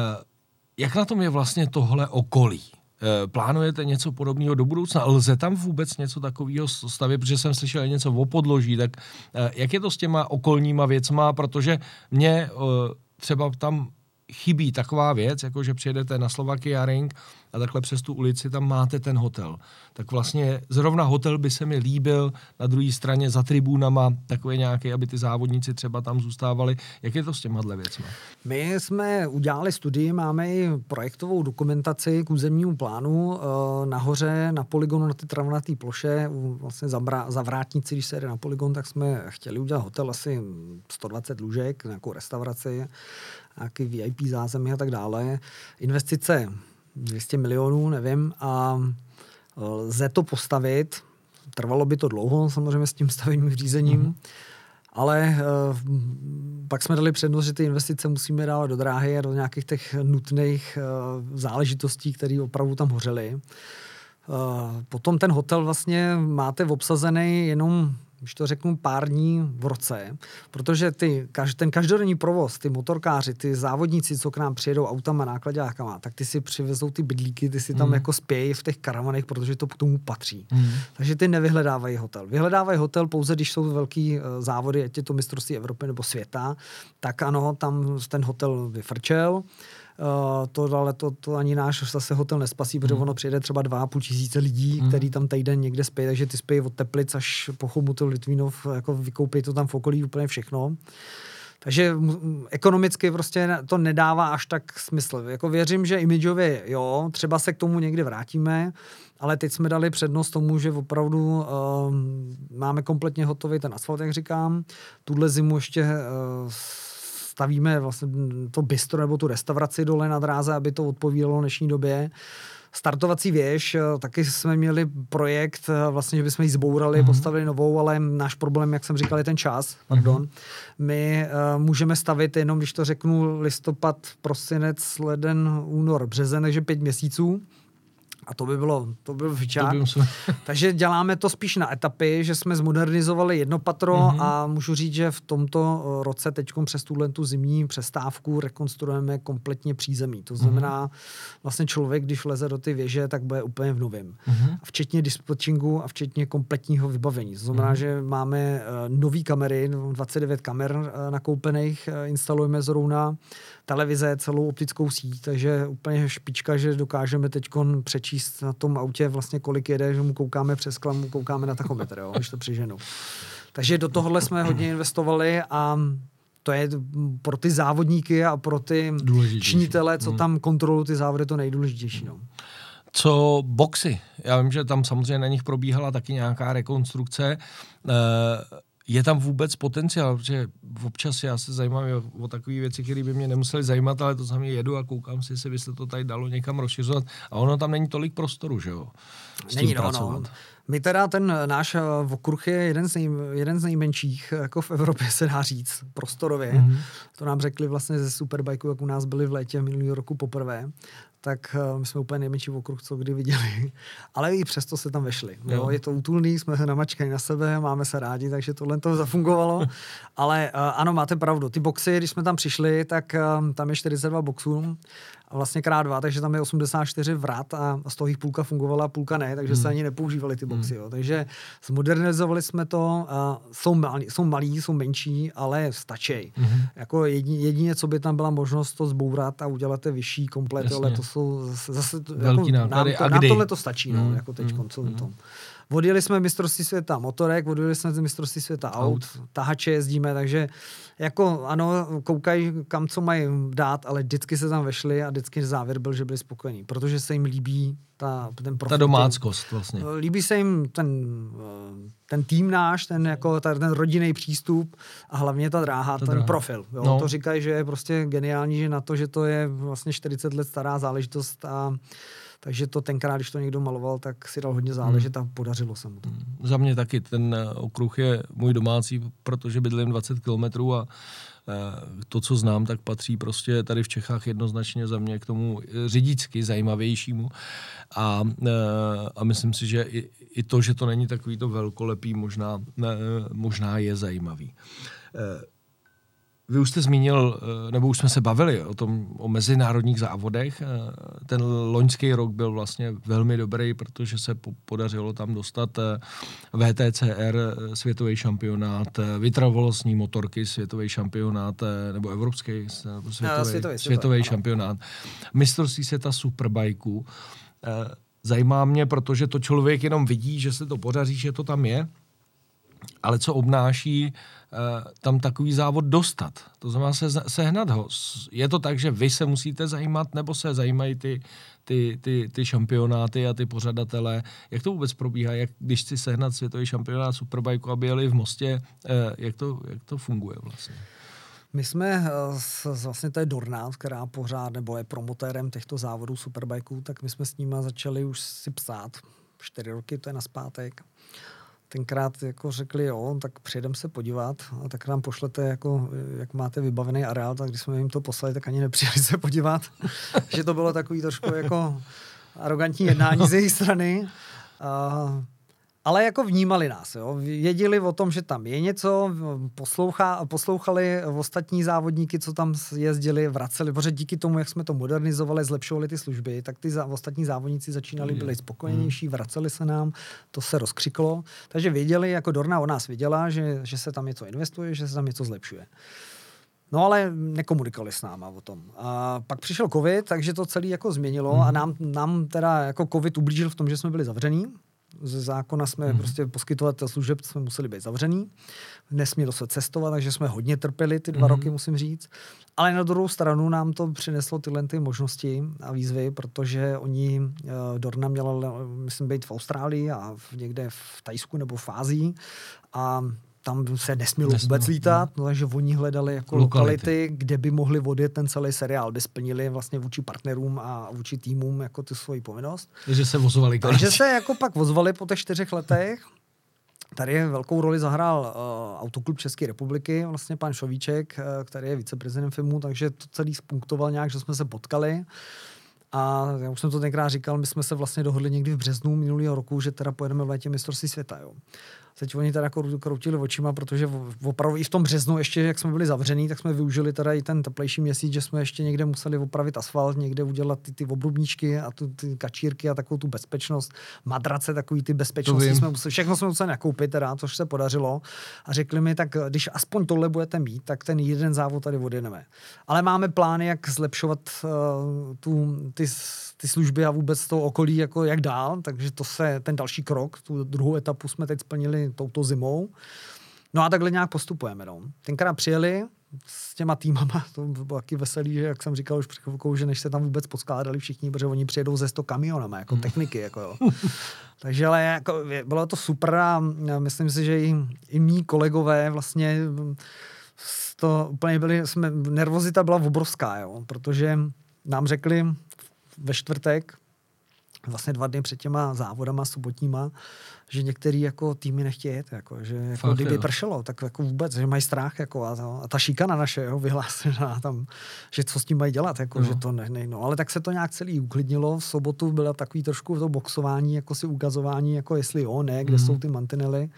jak na tom je vlastně tohle okolí? Plánujete něco podobného do budoucna? Lze tam vůbec něco takového stavět? Protože jsem slyšel něco o podloží, tak jak je to s těma okolníma věcma? Protože mě třeba tam chybí taková věc, jako že přijedete na Slovakia Ring a takhle přes tu ulici tam máte ten hotel. Tak vlastně zrovna hotel by se mi líbil na druhé straně za tribunama, takové nějaké, aby ty závodníci třeba tam zůstávali. Jak je to s těmahle věcmi? My jsme udělali studii, máme i projektovou dokumentaci k územnímu plánu nahoře na Polygonu, na ty travnaté ploše, vlastně za Vrátnici, když se jede na Polygon, tak jsme chtěli udělat hotel asi sto dvacet lůžek, nějakou restauraci, nějaký V I P zázemí a tak dále. Investice dvě stě milionů, nevím, a lze to postavit. Trvalo by to dlouho, samozřejmě s tím stavebním řízením, mm-hmm. ale uh, pak jsme dali přednost, že ty investice musíme dávat do dráhy a do nějakých těch nutných uh, záležitostí, které opravdu tam hořely. Uh, potom ten hotel vlastně máte obsazený jenom, když to řeknu, pár dní v roce, protože ty, ten každodenní provoz, ty motorkáři, ty závodníci, co k nám přijedou autama, náklaďákama, tak ty si přivezou ty bydlíky, ty si tam mm. jako spějí v těch karavanech, protože to k tomu patří. Mm. Takže ty nevyhledávají hotel. Vyhledávají hotel pouze, když jsou velký uh, závody, ať je to mistrovství Evropy nebo světa, tak ano, tam ten hotel vyfrčel. Uh, to, ale to, to ani náš zase hotel nespasí, protože mm. ono přijede třeba dva a půl tisíce lidí, mm. který tam týden někde spí, takže ty spí od Teplic až po Chomutil, Litvínov, jako vykoupí to tam v okolí úplně všechno. Takže m, ekonomicky prostě to nedává až tak smysl. Jako věřím, že imidžově jo, třeba se k tomu někdy vrátíme, ale teď jsme dali přednost tomu, že opravdu uh, máme kompletně hotový ten asfalt, jak říkám. Tuhle zimu ještě uh, stavíme vlastně to bistro nebo tu restauraci dole na dráze, aby to odpovídalo dnešní době. Startovací věž, taky jsme měli projekt, vlastně, že bychom ji zbourali, mm-hmm. postavili novou, ale náš problém, jak jsem říkal, je ten čas. Pardon. Mm-hmm. My uh, můžeme stavit jenom, když to řeknu, listopad, prosinec, leden, únor, březen, takže pět měsíců. A to by bylo, to byl vyčák. Takže děláme to spíš na etapy, že jsme zmodernizovali jedno patro mm-hmm. a můžu říct, že v tomto roce teďkom přes tuhle tu zimní přestávku rekonstruujeme kompletně přízemí. To znamená, mm-hmm. vlastně člověk, když leze do ty věže, tak bude úplně v novém. Mm-hmm. Včetně dispatchingu a včetně kompletního vybavení. To znamená, mm-hmm. že máme uh, nový kamery, dvacet devět kamer uh, nakoupených, uh, instalujeme zrovna televize, celou optickou síť, takže úplně špička, že dokážeme teďkon přečíst na tom autě vlastně kolik jede, že mu koukáme přes klamu, koukáme na tachometr, jo, když to přiženu. Takže do tohohle jsme hodně investovali a to je pro ty závodníky a pro ty činitele, co tam kontrolují ty závody, to nejdůležitější. No. Co boxy? Já vím, že tam samozřejmě na nich probíhala taky nějaká rekonstrukce. Je tam vůbec potenciál, protože občas já se zajímám o, o takové věci, které by mě nemusely zajímat, ale to sami jedu a koukám si, jestli by se to tady dalo někam rozšiřovat a ono tam není tolik prostoru, že jo? Není, no, no. My teda ten náš okruh je jeden z, nej, jeden z nejmenších, jako v Evropě se dá říct, prostorově. Mm-hmm. To nám řekli vlastně ze Superbikeu, jak u nás byli v létě minulý roku poprvé. Tak my jsme úplně nejmenší okruh, co kdy viděli. Ale i přesto se tam vešli. Jo. Jo, je to útulný, jsme se namačkali na sebe, máme se rádi, takže tohle to zafungovalo. Ale ano, máte pravdu. Ty boxy, když jsme tam přišli, tak tam je čtyřicet dva boxů a vlastně krát dva, takže tam je osmdesát čtyři vrat a z toho jich půlka fungovala, půlka ne, takže hmm. se ani nepoužívali ty boxy. Jo. Takže zmodernizovali jsme to, jsou malí, jsou malí, jsou menší, ale stačí. Hmm. Jako jedině, jedině, co by tam byla možnost to zbourat a udělat je vyšší komplet, ale to jsou zase, velký jako, nám, to, nám tohle to stačí, no, hmm. jako teď hmm. koncovým tom. Odjeli jsme mistrovství světa motorek, odjeli jsme mistrovství světa aut, tahače jezdíme, takže jako ano, koukají kam co mají dát, ale vždycky se tam vešli a vždycky závěr byl, že byli spokojení, protože se jim líbí ta, ten profil. Ta domáckost vlastně. Líbí se jim ten, ten tým náš, ten, jako, ten rodinný přístup a hlavně ta dráha, ta ten dráha. Profil. Jo? No. To říkají, že je prostě geniální, že na to, že to je vlastně čtyřicet let stará záležitost a takže to tenkrát, když to někdo maloval, tak si dal hodně záležet a podařilo se mu to. Za mě taky ten okruh je můj domácí, protože bydlím dvacet kilometrů a to, co znám, tak patří prostě tady v Čechách jednoznačně za mě k tomu řidičsky zajímavějšímu. A, a myslím si, že i, i to, že to není takový to velkolepý, možná, možná je zajímavý. Vy už jste zmínil, nebo už jsme se bavili o tom, o mezinárodních závodech. Ten loňský rok byl vlastně velmi dobrý, protože se podařilo tam dostat V T C R světový šampionát, vytrvalostní motorky světový šampionát, nebo evropský nebo světový, světový, světový šampionát. Mistrovství světa superbajků. Zajímá mě, protože to člověk jenom vidí, že se to podaří, že to tam je, ale co obnáší uh, tam takový závod dostat. To znamená se, sehnat ho. Je to tak, že vy se musíte zajímat, nebo se zajímají ty, ty, ty, ty šampionáty a ty pořadatelé? Jak to vůbec probíhá? Jak, když chci sehnat světový šampionát Superbajku, aby jeli v Mostě, uh, jak, to, jak to funguje vlastně? My jsme uh, vlastně to je Dorna, která pořád nebo je promotérem těchto závodů Superbajků, tak my jsme s nima začali už si psát. Čtyři roky, to je naspátek. Tenkrát jako řekli, jo, tak přijedeme se podívat a tak nám pošlete, jako, jak máte vybavený areál, tak když jsme jim to poslali, tak ani nepřijeli se podívat. Že to bylo takový trošku jako arrogantní jednání z jejich strany. Uh, ale jako vnímali nás, jo. Věděli o tom, že tam je něco, posloucha, poslouchali ostatní závodníky, co tam jezdili, vraceli, protože díky tomu, jak jsme to modernizovali, zlepšovali ty služby, tak ty zá, ostatní závodníci začínali, byli spokojenější, vraceli se nám, to se rozkřiklo. Takže věděli, jako Dorna o nás věděla, že, že se tam něco investuje, že se tam něco zlepšuje. No ale nekomunikovali s náma o tom. A pak přišel covid, takže to celé jako změnilo hmm. a nám, nám teda jako covid ublížil v tom, že jsme byli zavření. Ze zákona jsme hmm. prostě poskytovatel služeb jsme museli být zavřený. Nesmělo se cestovat, takže jsme hodně trpěli ty dva hmm. roky, musím říct. Ale na druhou stranu nám to přineslo tyhle ty možnosti a výzvy, protože oni, Dorna měla, myslím, být v Austrálii a v, někde v Thajsku nebo v Ázii a tam se nesmělo vůbec lítat, no, takže oni hledali jako lokality. lokality, kde by mohli odjet ten celý seriál, aby splnili vlastně vůči partnerům a vůči týmům jako tu svoji povinnost. Takže se vozovali. Takže se jako pak vozvali po těch čtyřech letech. Tady velkou roli zahrál uh, Autoklub České republiky, vlastně pan Šovíček, uh, který je viceprezident filmu, takže to celý spunktoval nějak, že jsme se potkali. A já už jsem to tenkrát říkal, my jsme se vlastně dohodli někdy v březnu minulého roku, že teda pojedeme v létě mistrovství světa. Jo. Teď oni teda kroutili očima, protože opravdu i v tom březnu, ještě jak jsme byli zavřený, tak jsme využili teda i ten teplejší měsíc, že jsme ještě někde museli opravit asfalt, někde udělat ty, ty obrubníčky a tu, ty kačírky a takovou tu bezpečnost, madrace, takový ty bezpečnosti. Jsme museli, všechno jsme museli nakoupit, teda, což se podařilo. A řekli mi, tak když aspoň tohle budete mít, tak ten jeden závod tady odjedeme. Ale máme plány, jak zlepšovat uh, tu, ty, ty služby a vůbec to okolí, jako jak dál, takže to se, ten další krok, tu druhou etapu jsme teď splnili touto zimou. No a takhle nějak postupujeme. No. Tenkrát přijeli s těma týmama, to bylo taky veselý, že jak jsem říkal už před chvilkou, že než se tam vůbec poskládali všichni, protože oni přijedou ze sto kamionama, jako techniky. Jako jo. Takže ale jako, bylo to super a myslím si, že i, i mý kolegové vlastně to úplně byli, jsme, nervozita byla obrovská, jo, protože nám řekli ve čtvrtek, vlastně dva dny před těma závodama sobotníma, že některý jako týmy nechtějí jet, jako, že jako Fakt, kdyby jo. pršelo, tak jako vůbec, že mají strach jako, a, to, a ta šikana naše, jo, vyhlásená tam, že co s tím mají dělat, jako, no. že to ne, ne, no, ale tak se to nějak celý uklidnilo, v sobotu byla takový trošku to boxování, jako si ukazování, jako jestli jo, ne, kde mm. jsou ty mantinely.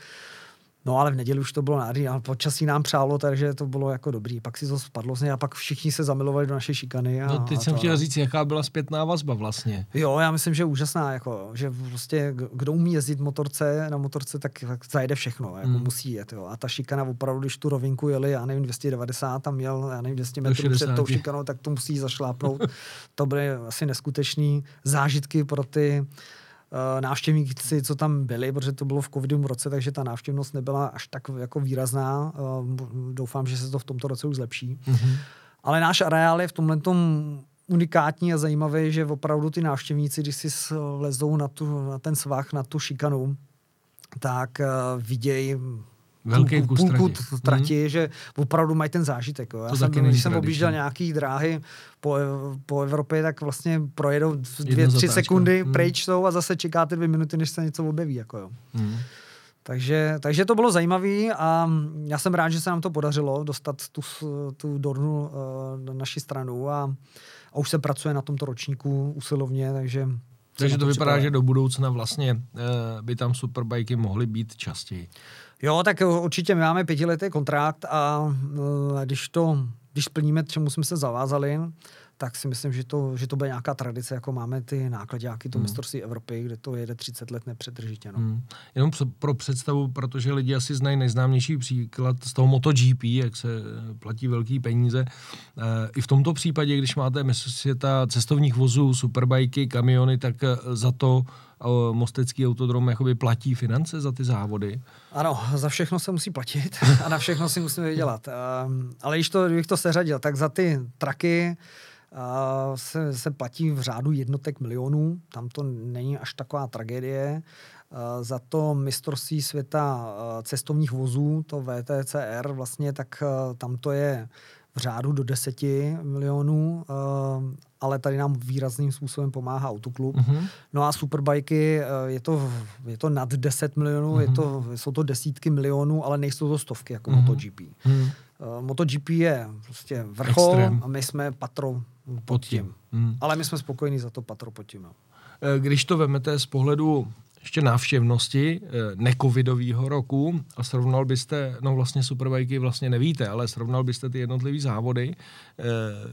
No ale v neděli už to bylo nádherný, ale počasí nám přálo, takže to bylo jako dobrý. Pak si to spadlo a pak všichni se zamilovali do naší šikany. A, no teď a jsem to, chtěl říct, jaká byla zpětná vazba vlastně. Jo, já myslím, že úžasná, jako, že prostě kdo umí jezdit motorce, na motorce, tak, tak zajede všechno, jako hmm. musí jet. Jo. A ta šikana opravdu, když tu rovinku jeli, já nevím, dvě stě devadesát, tam měl, já nevím, dvě stě metrů před tou šikanou, tak to musí zašlápnout. To byly asi neskutečný zážitky pro ty návštěvníci, co tam byli, protože to bylo v covidovém roce, takže ta návštěvnost nebyla až tak jako výrazná. Doufám, že se to v tomto roce už zlepší. Mm-hmm. Ale náš areál je v tomhle tom unikátní a zajímavý, že opravdu ty návštěvníci, když si vlezou na, tu, na ten svah, na tu šikanu, tak uh, vidějí velký kus půlku trati, trati mm. že opravdu mají ten zážitek. Jo. Já jsem, když jsem objížděl nějaký dráhy po, po Evropě, tak vlastně projedou dvě, tři sekundy, mm. pryč jsou a zase čekáte dvě minuty, než se něco objeví. Jako jo. Mm. Takže, takže to bylo zajímavé a já jsem rád, že se nám to podařilo dostat tu, tu Dornu uh, na naši stranu a, a už se pracuje na tomto ročníku usilovně, takže takže to vypadá, že do budoucna vlastně uh, by tam superbajky mohly být častěji. Jo, tak určitě my máme pětiletý kontrakt a uh, když to, když splníme, čemu jsme se zavázali, tak si myslím, že to, že to bude nějaká tradice, jako máme ty nákladáky, to hmm. mistrovství Evropy, kde to jede třicet let nepřetržitě. No. Hmm. Jenom pro představu, protože lidi asi znají nejznámější příklad z toho MotoGP, jak se platí velký peníze. E, I v tomto případě, když máte mistrovství světa cestovních vozů, superbajky, kamiony, tak za to Mostecký autodrom jakoby platí finance za ty závody? Ano, za všechno se musí platit a na všechno si musíme vydělat. Um, ale když to, kdybych to seřadil, tak za ty traky uh, se, se platí v řádu jednotek milionů. Tam to není až taková tragédie. Uh, za to mistrovství světa uh, cestovních vozů, to V T C R vlastně, tak uh, tam to je v řádu do deseti milionů, uh, ale tady nám výrazným způsobem pomáhá autoklub. Uh-huh. No a superbajky, uh, je to, je to nad deset milionů, uh-huh. je to, jsou to desítky milionů, ale nejsou to stovky jako uh-huh. MotoGP. Uh-huh. Uh, MotoGP je prostě vrchol Extrém. A my jsme patro pod, pod tím. tím. Uh-huh. Ale my jsme spokojení za to patro pod tím. No. Když to vemete z pohledu ještě návštěvnosti necovidového roku a srovnal byste, no vlastně superbajky vlastně nevíte, ale srovnal byste ty jednotlivý závody, eh,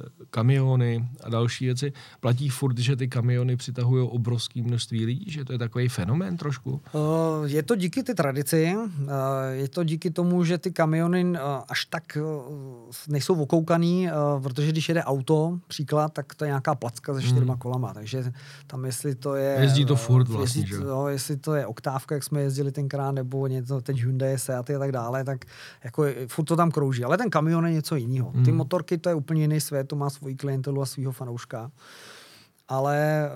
kamiony a další věci, platí furt, že ty kamiony přitahují obrovské množství lidí, že to je takový fenomén trošku? Uh, je to díky ty tradici, uh, je to díky tomu, že ty kamiony uh, až tak uh, nejsou okoukaný, uh, protože když jede auto, příklad, tak to je nějaká placka se čtyřma hmm. kolama, takže tam jestli to je... Jezdí to furt vlastně, jezdí, že jo? Jestli to je oktávka, jak jsme jezdili tenkrát, nebo něco, teď Hyundai, Seaty a tak dále, tak jako furt to tam krouží. Ale ten kamion je něco jiného. Mm. Ty motorky, to je úplně jiný svět, to má svoji klientelu a svýho fanouška. Ale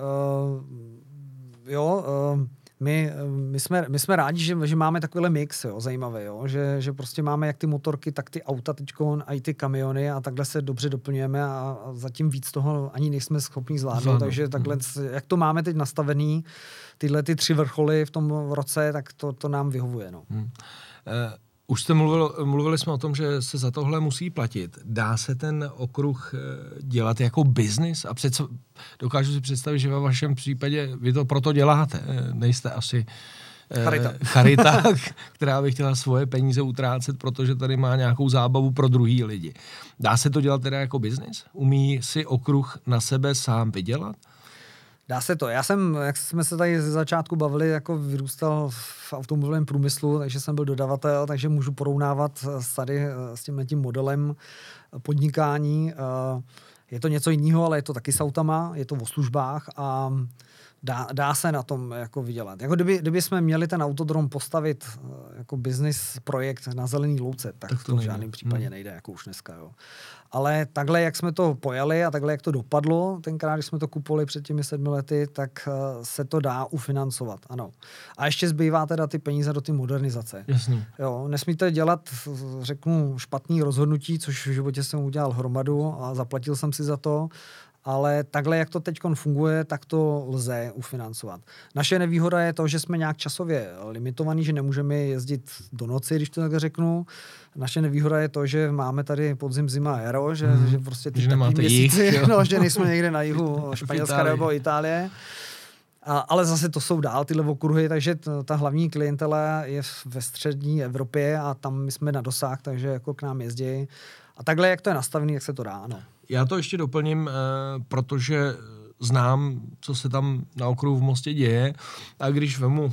uh, jo, uh, my, my, jsme, my jsme rádi, že, že máme takovýhle mix, jo, zajímavý, jo, že, že prostě máme jak ty motorky, tak ty auta teďko a i ty kamiony a takhle se dobře doplňujeme a, a zatím víc toho ani nejsme schopni zvládnout, Zvládnu. takže takhle, jak to máme teď nastavený, tyhle ty tři vrcholy v tom roce, tak to, to nám vyhovuje. No. Hmm. Uh, už jste mluvil, mluvili jsme o tom, že se za tohle musí platit. Dá se ten okruh dělat jako biznis? A přece dokážu si představit, že ve vašem případě vy to proto děláte. Nejste asi charita, uh, charita která by chtěla svoje peníze utrácet, protože tady má nějakou zábavu pro druhý lidi. Dá se to dělat teda jako biznis? Umí si okruh na sebe sám vydělat? Dá se to. Já jsem, jak jsme se tady ze začátku bavili, jako vyrůstal v automobilovém průmyslu, takže jsem byl dodavatel, takže můžu porovnávat s tady s tímhletím modelem podnikání. Je to něco jiného, ale je to taky s autama, je to o službách a dá, dá se na tom jako vydělat. Jako kdyby, kdyby jsme měli ten autodrom postavit jako business projekt na zelený louce, tak, tak to, to v žádném případě hmm. nejde, jako už dneska. Jo. Ale takhle, jak jsme to pojali a takhle, jak to dopadlo, tenkrát, když jsme to kupovali před těmi sedmi lety, tak se to dá ufinancovat, ano. A ještě zbývá teda ty peníze do ty modernizace. Jasně. Jo, nesmíte dělat, řeknu, špatný rozhodnutí, což v životě jsem udělal hromadu a zaplatil jsem si za to. ale takhle, jak to teď funguje, tak to lze ufinancovat. Naše nevýhoda je to, že jsme nějak časově limitovaní, že nemůžeme jezdit do noci, když to tak řeknu. Naše nevýhoda je to, že máme tady podzim, zima, jaro, že, hmm. že prostě ty že měsíci, jich, no, že nejsme někde na jihu Španělska nebo Itálie. A, ale zase to jsou dál tyhle okruhy, takže t, ta hlavní klientela je ve střední Evropě a tam my jsme na dosah, takže jako k nám jezdí. A takhle, jak to je nastavený, jak se to dá, ano. Já to ještě doplním, eh, protože znám, co se tam na okruhu v Mostě děje, a když vemu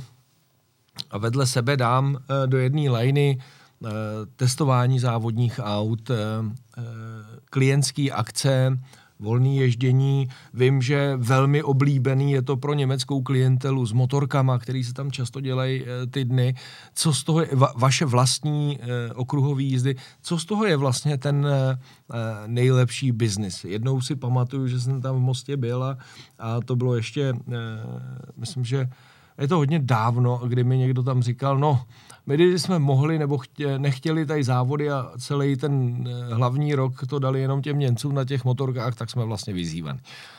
a vedle sebe dám eh, do jedné lajny eh, testování závodních aut, eh, eh, klientský akce, volný ježdění. Vím, že velmi oblíbený je to pro německou klientelu s motorkama, který se tam často dělají e, ty dny. Co z toho je va, vaše vlastní e, okruhové jízdy, co z toho je vlastně ten e, nejlepší biznis? Jednou si pamatuju, že jsem tam v Mostě byl a, a to bylo ještě, e, myslím, že je to hodně dávno, kdy mi někdo tam říkal, no, my když jsme mohli nebo chtě, nechtěli tady závody a celý ten hlavní rok to dali jenom těm Němcům na těch motorkách, tak jsme vlastně vyzývaní.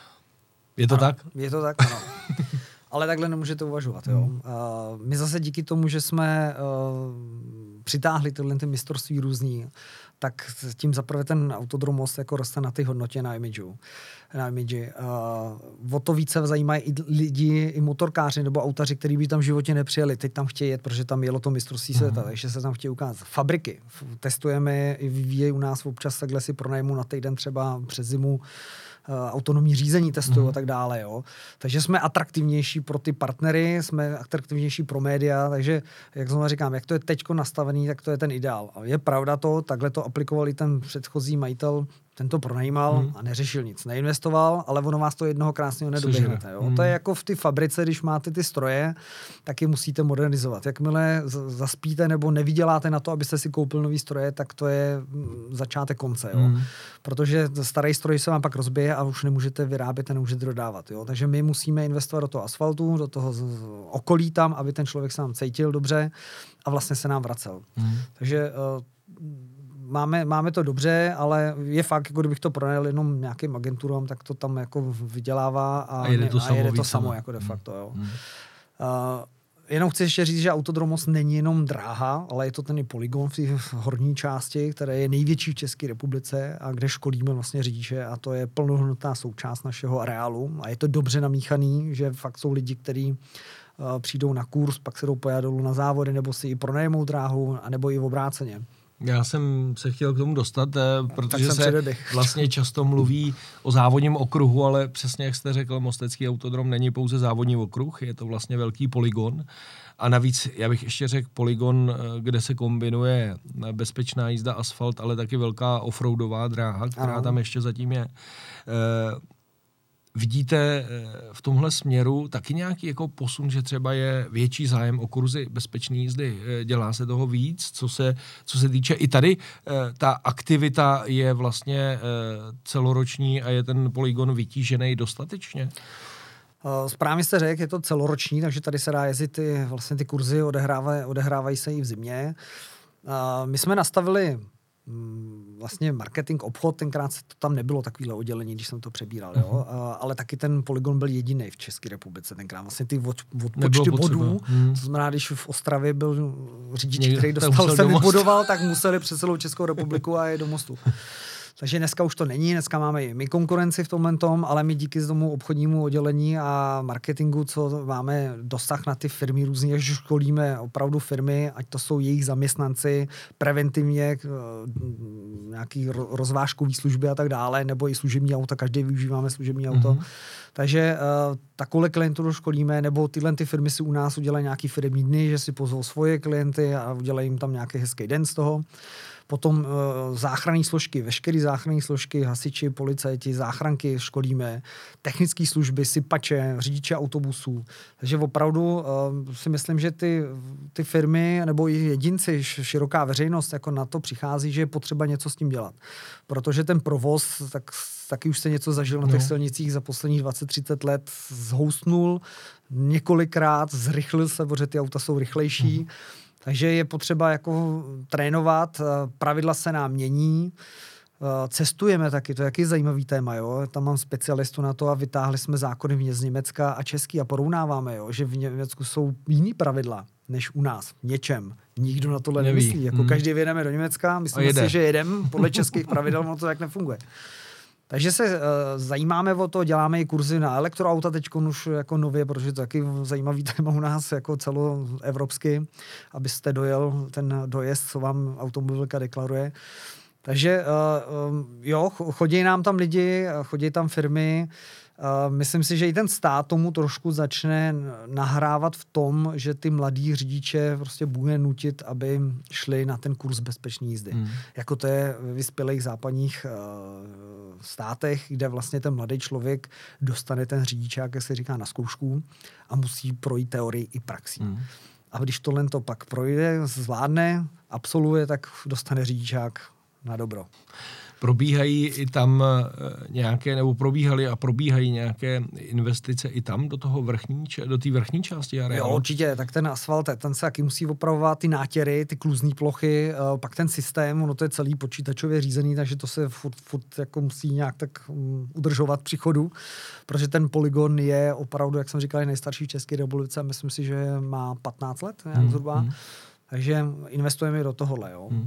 Je to ano, tak? Je to tak, ano. Ale takhle nemůžete uvažovat. Jo. Uh, my zase díky tomu, že jsme uh, přitáhli tyhle ty mistrovství různý, tak tím zaprvé ten Autodromos jako roste na ty hodnotě na imidžu. Na imidži. Uh, o to více zajímají i lidi, i motorkáři nebo autaři, kteří by tam v životě nepřijeli. Teď tam chtějí jet, protože tam jelo to mistrovství světa, uh-huh. takže se tam chtějí ukázat. Fabriky. Testujeme, i vyvíjejí u nás občas takhle si pronajmu na týden třeba přes zimu Uh, autonomní řízení testují mm. a tak dále. Jo. Takže jsme atraktivnější pro ty partnery, jsme atraktivnější pro média, takže jak znovu říkám, jak to je teďko nastavený, tak to je ten ideál. A je pravda to, takhle to aplikoval i ten předchozí majitel, ten to pronajímal mm. a neřešil nic. Neinvestoval, ale ono vás to jednoho krásného nedoběhnete. Jo. Mm. To je jako v té fabrice, když máte ty stroje, tak je musíte modernizovat. Jakmile zaspíte nebo nevyděláte na to, abyste si koupil nový stroje, tak to je začátek konce. Jo. Mm. Protože starý stroj se vám pak rozbije a už nemůžete vyrábět a nemůžete dodávat. Jo. Takže my musíme investovat do toho asfaltu, do toho okolí tam, aby ten člověk se nám cítil dobře a vlastně se nám vracel. Mm. Takže uh, Máme, máme to dobře, ale je fakt, jako kdybych to pronajel jenom nějakým agenturám, tak to tam jako vydělává a, a jede to, a samo, jede to samo, jako de facto. Jo. Hmm. Uh, jenom chci ještě říct, že Autodromos není jenom dráha, ale je to ten i polygon v té horní části, který je největší v České republice a kde školíme vlastně řidiče a to je plnohodnotná součást našeho areálu a je to dobře namíchaný, že fakt jsou lidi, kteří uh, přijdou na kurz, pak se jdou pojat dolů na závody nebo si i pronajmou dráhu, anebo i v obráceně. Já jsem se chtěl k tomu dostat, protože se vlastně často mluví o závodním okruhu, ale přesně jak jste řekl, Mostecký autodrom není pouze závodní okruh, je to vlastně velký polygon. A navíc, já bych ještě řekl, polygon, kde se kombinuje bezpečná jízda, asfalt, ale taky velká offroadová dráha, která ano. tam ještě zatím je. Vidíte v tomhle směru taky nějaký jako posun, že třeba je větší zájem o kurzy bezpečné jízdy? Dělá se toho víc? Co se, co se týče i tady, ta aktivita je vlastně celoroční a je ten polygon vytížený dostatečně? Správně jste řekl, je to celoroční, takže tady se dá jezdit ty, vlastně ty kurzy, odehrávají, odehrávají se i v zimě. My jsme nastavili vlastně marketing, obchod, tenkrát se to tam nebylo takovýhle oddělení, když jsem to přebíral, jo? Uh-huh. Ale taky ten polygon byl jediný v České republice tenkrát. Vlastně ty od, od počty bodů, hmm. to znamená, když v Ostravě byl řidič, Někde, který dostal, se vybudoval, tak museli přes celou Českou republiku a je do Mostu. Takže dneska už to není, dneska máme i my konkurenci v tomhle tom, ale my díky tomu obchodnímu oddělení a marketingu, co máme dosah na ty firmy různě, že školíme opravdu firmy, ať to jsou jejich zaměstnanci, preventivně nějaký rozvážkový služby a tak dále, nebo i služební auta, každý využíváme služební auto. Mm-hmm. Takže uh, takovou klienturu školíme, nebo tyhle ty firmy si u nás udělají nějaký firemní dny, že si pozvou svoje klienty a udělají jim tam nějaký hezký den z toho. Potom uh, záchranné složky, veškeré záchranné složky, hasiči, policajti, záchranky školíme, technické služby, sypače, řidiče autobusů. Takže opravdu uh, si myslím, že ty, ty firmy nebo i jedinci, široká veřejnost jako na to přichází, že je potřeba něco s tím dělat. Protože ten provoz, tak taky už se něco zažil no. na těch silnicích za posledních dvacet třicet let, zhoustnul několikrát, zrychlil se, protože ty auta jsou rychlejší. Mm. Takže je potřeba jako trénovat, pravidla se nám mění, cestujeme taky, to je jaký zajímavý téma, jo. Tam mám specialistu na to a vytáhli jsme zákony vně z Německa a český a porovnáváme, jo, že v Německu jsou jiný pravidla než u nás. V něčem. Nikdo na tohle Neví. nemyslí. Jako hmm. každý vyjedeme do Německa, myslíme si, že jedem podle českých pravidel, no to tak nefunguje. Takže se uh, zajímáme o to, děláme i kurzy na elektroauta teď už jako nově, protože to je taky zajímavý téma u nás jako celoevropsky, abyste dojel ten dojezd, co vám automobilka deklaruje. Takže uh, um, jo, chodí nám tam lidi, chodí tam firmy. Uh, myslím si, že i ten stát tomu trošku začne nahrávat v tom, že ty mladí řidiče prostě bude nutit, aby šli na ten kurz bezpečné jízdy. Hmm. Jako to je ve vyspělých západních uh, státech, kde vlastně ten mladý člověk dostane ten řidičák, jak se říká, na zkoušku a musí projít teorii i praxi. Hmm. A když tohle to pak projde, zvládne, absolvuje, tak dostane řidičák na dobro. Probíhají i tam nějaké, nebo probíhaly a probíhají nějaké investice i tam do toho vrchní, do té vrchní části areálu? Jo, určitě, tak ten asfalt, ten se taky musí opravovat, ty nátěry, ty kluzní plochy, pak ten systém, ono to je celý počítačově řízený, takže to se furt, furt jako musí nějak tak um, udržovat při chodu, protože ten polygon je opravdu, jak jsem říkal, nejstarší v České republice, myslím si, že má patnáct let, nějak hmm, zhruba, hmm. takže investujeme do tohohle, jo. Hmm.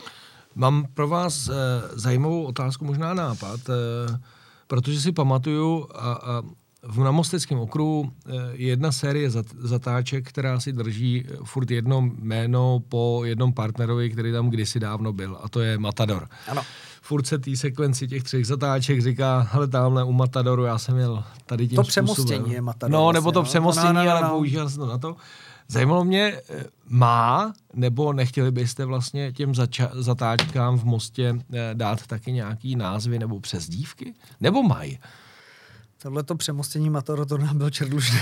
Mám pro vás e, zajímavou otázku, možná nápad, e, protože si pamatuju, a, a v na Mosteckém okruhu e, je jedna série zat, zatáček, která si drží furt jedno jméno po jednom partnerovi, který tam kdysi dávno byl, a to je Matador. Ano. Furt se té sekvenci těch třech zatáček říká, hele, tamhle u Matadoru já jsem jel tady tím to způsobem. To přemostění je Matador. No, vlastně, nebo to no. přemostění, no, no, no, ale no. používal jsem to na to. Zajímalo mě, má, nebo nechtěli byste vlastně těm zača- zatáčkám v Mostě dát taky nějaký názvy nebo přezdívky? Nebo mají? Tohleto přemostění Matador, to nám byl čerdlužný.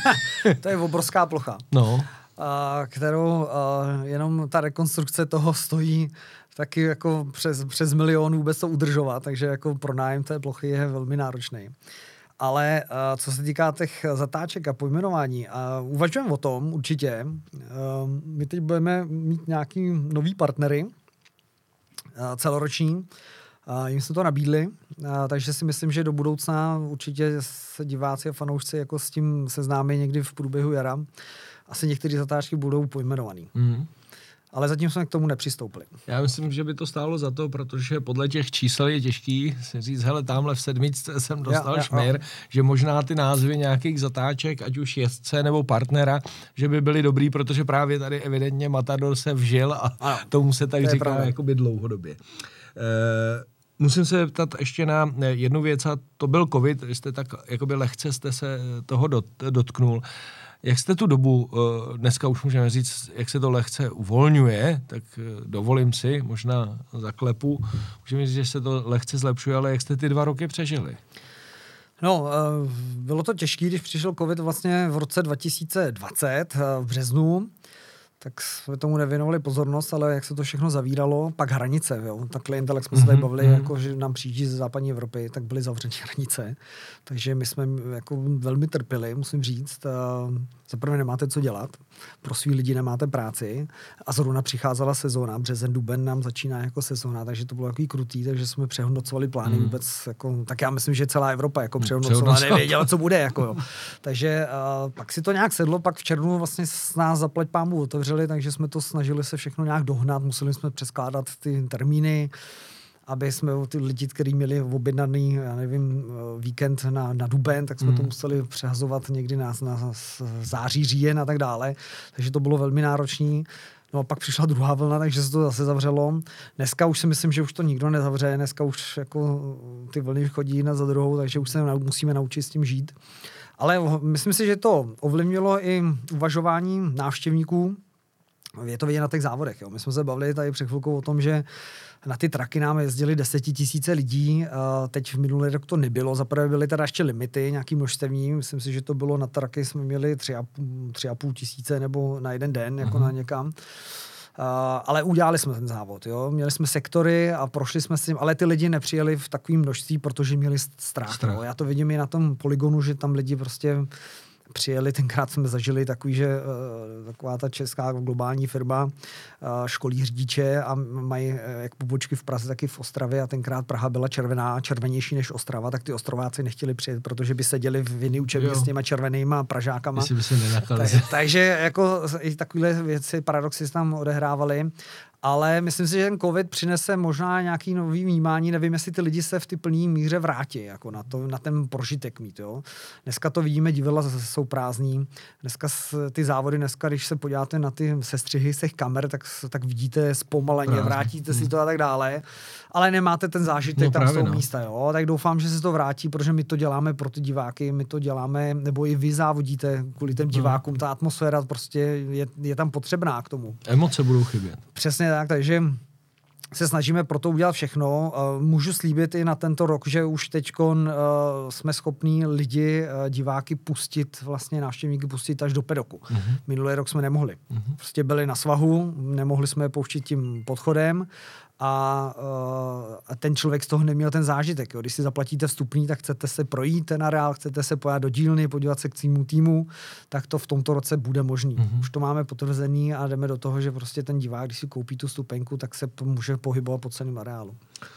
To je obrovská plocha. No. A, kterou a, jenom ta rekonstrukce toho stojí taky jako přes, přes milion vůbec to udržovat, takže jako pronájem té plochy je velmi náročný. Ale uh, co se týká těch zatáček a pojmenování, uh, uvažujeme o tom určitě. Uh, my teď budeme mít nějaký nový partnery, uh, celoroční. Uh, jim jsme to nabídli, uh, takže si myslím, že do budoucna určitě se diváci a fanoušci jako s tím seznámí někdy v průběhu jara. Asi některé zatáčky budou pojmenovaný. Mm. Ale zatím jsme k tomu nepřistoupili. Já myslím, že by to stálo za to, protože podle těch čísel je těžký si říct, hele, tamhle v sedmičce jsem dostal ja, ja, šmír, ja. Že možná ty názvy nějakých zatáček, ať už jezdce nebo partnera, že by byly dobrý, protože právě tady evidentně Matador se vžil a ano, tomu se tak to říká jakoby dlouhodobě. E, musím se zeptat ještě na jednu věc, a to byl covid, vy jste tak jakoby lehce jste se toho dot, dotknul. Jak jste tu dobu, dneska už můžeme říct, jak se to lehce uvolňuje, tak dovolím si, možná zaklepu, můžeme říct, že se to lehce zlepšuje, ale jak jste ty dva roky přežili? No, bylo to těžké, když přišel covid vlastně v roce dva tisíce dvacet, v březnu, tak jsme tomu nevěnovali pozornost, ale jak se to všechno zavíralo, pak hranice, jo. Tak klientel, jak jsme se tady bavili, mm-hmm. jako, že nám přijíždí ze západní Evropy, tak byly zavřené hranice. Takže my jsme jako velmi trpěli, musím říct. Zaprvé nemáte co dělat, pro svý lidi nemáte práci a zrovna přicházela sezóna, březen, duben nám začíná jako sezóna, takže to bylo takový krutý, takže jsme přehodnocovali plány mm. vůbec, jako, tak já myslím, že celá Evropa jako přehodnocovala, nevěděla, co bude. Jako, jo. Takže uh, pak si to nějak sedlo, pak v červnu vlastně s nás zaplať pámu otevřeli, takže jsme to snažili se všechno nějak dohnat, museli jsme přeskládat ty termíny, aby jsme ty lidi, kteří měli objednaný, já nevím, víkend na, na duben, tak jsme mm. to museli přehazovat někdy na, na září, říjen a tak dále. Takže to bylo velmi náročné. No a pak přišla druhá vlna, takže se to zase zavřelo. Dneska už si myslím, že už to nikdo nezavře. Dneska už jako ty vlny chodí jedna za druhou, takže už se musíme naučit s tím žít. Ale myslím si, že to ovlivnilo i uvažování návštěvníků. Je to vidět na těch závodech. Jo. My jsme se bavili tady před chvilkou o tom, že na ty traky nám jezdili desetitisíce lidí. Teď v minulý rok to nebylo. Zaprvé byly teda ještě limity, nějaký množstevní. Myslím si, že to bylo na traky, jsme měli tři a, tři a půl tisíce nebo na jeden den, jako uh-huh. na někam. Uh, ale udělali jsme ten závod. Jo. Měli jsme sektory a prošli jsme s tím, ale ty lidi nepřijeli v takovém množství, protože měli strach. strach. Já to vidím i na tom polygonu, že tam lidi prostě přijeli, tenkrát jsme zažili takový, že taková ta česká globální firma školí řidiče a mají jak pobočky v Praze, tak i v Ostravě a tenkrát Praha byla červená, červenější než Ostrava, tak ty Ostrováci nechtěli přijet, protože by seděli v jiný učebně s těma červenýma Pražákama. By se tak, takže jako i takovéhle věci, paradoxy se tam odehrávaly. Ale myslím si, že ten covid přinese možná nějaký nový vnímání, nevím, jestli ty lidi se v ty plný míře vrátí, jako na, to, na ten prožitek mít. Jo. Dneska to vidíme, divadla zase jsou prázdní. Dneska ty závody, dneska, když se podíváte na ty sestřihy z těch kamer, tak, tak vidíte zpomaleně, Prázdný. vrátíte si to a tak dále. Ale nemáte ten zážitek no, tam z toho no. místa. Jo. Tak doufám, že se to vrátí, protože my to děláme pro ty diváky, my to děláme, nebo i vy závodíte kvůli těm divákům. Ta atmosféra prostě je, je tam potřebná k tomu. Emoce budou chybět. Přesně tak, takže se snažíme pro to udělat všechno. Můžu slíbit i na tento rok, že už teďkon jsme schopní lidi, diváky pustit, vlastně návštěvníky pustit až do pedoku. Mm-hmm. Minulý rok jsme nemohli. Mm-hmm. Prostě byli na svahu, nemohli jsme je pouštět tím podchodem a, a ten člověk z toho neměl ten zážitek. Jo. Když si zaplatíte vstupní, tak chcete se projít ten areál, chcete se pojít do dílny, podívat se k címu týmu, tak to v tomto roce bude možný. Mm-hmm. Už to máme potvrzený a jdeme do toho, že prostě ten divák, když si koupí tu vstupenku, tak se může pohybovat po celém areálu.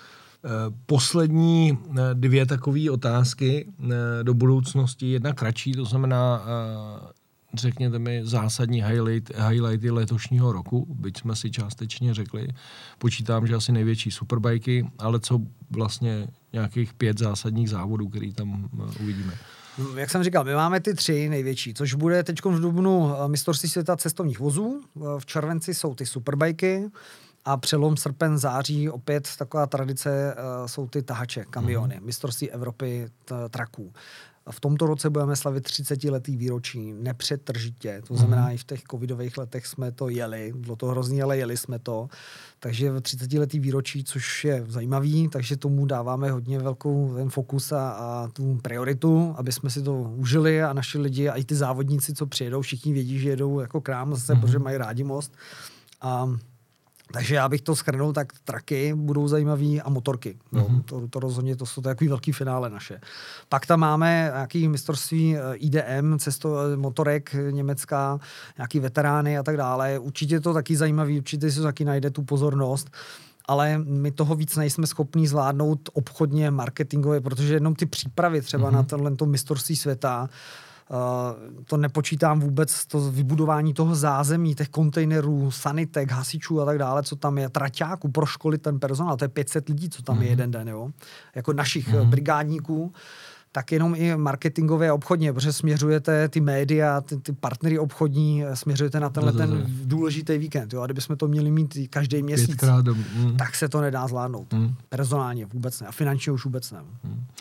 Poslední dvě takové otázky do budoucnosti. Jedna kratší, to znamená, řekněte mi, zásadní highlight, highlighty letošního roku, byť jsme si částečně řekli. Počítám, že asi největší superbajky, ale co vlastně nějakých pět zásadních závodů, který tam uvidíme. Jak jsem říkal, my máme ty tři největší, což bude teď v dubnu mistrovství světa cestovních vozů. V červenci jsou ty superbajky a přelom srpen, září opět taková tradice jsou ty tahače, kamiony, mm. mistrovství Evropy t- traků. V tomto roce budeme slavit třicetiletý výročí nepřetržitě, to znamená, mm. i v těch covidových letech jsme to jeli, bylo to hrozný, ale jeli jsme to. Takže v třicetiletý výročí, což je zajímavý, takže tomu dáváme hodně velkou ten fokus a, a tu prioritu, aby jsme si to užili a naši lidi a i ty závodníci, co přijedou, všichni vědí, že jedou jako krám zase, mm. protože mají rádi most. A takže já bych to shrnul, tak traky budou zajímavý a motorky. Mm-hmm. No, to, to rozhodně, to jsou takový velký finále naše. Pak tam máme nějaký mistrovství I D M, cesto, motorek německá, nějaký veterány a tak dále. Určitě je to taky zajímavý, určitě si to taky najde tu pozornost. Ale my toho víc nejsme schopní zvládnout obchodně, marketingově, protože jenom ty přípravy třeba mm-hmm. na tenhle mistrovství světa, Uh, to nepočítám vůbec to vybudování toho zázemí, těch kontejnerů, sanitek, hasičů a tak dále, co tam je, traťáků, pro školy ten personál, to je pět set lidí, co tam mm. je jeden den, jo? Jako našich mm. brigádníků, tak jenom i marketingově a obchodně, protože směřujete ty média, ty, ty partnery obchodní, směřujete na tenhle ten důležitý víkend, jo? A kdybychom to měli mít každý měsíc, mm. tak se to nedá zvládnout. Mm. Personálně vůbec ne a finančně už vůbec ne. Mm. Uh.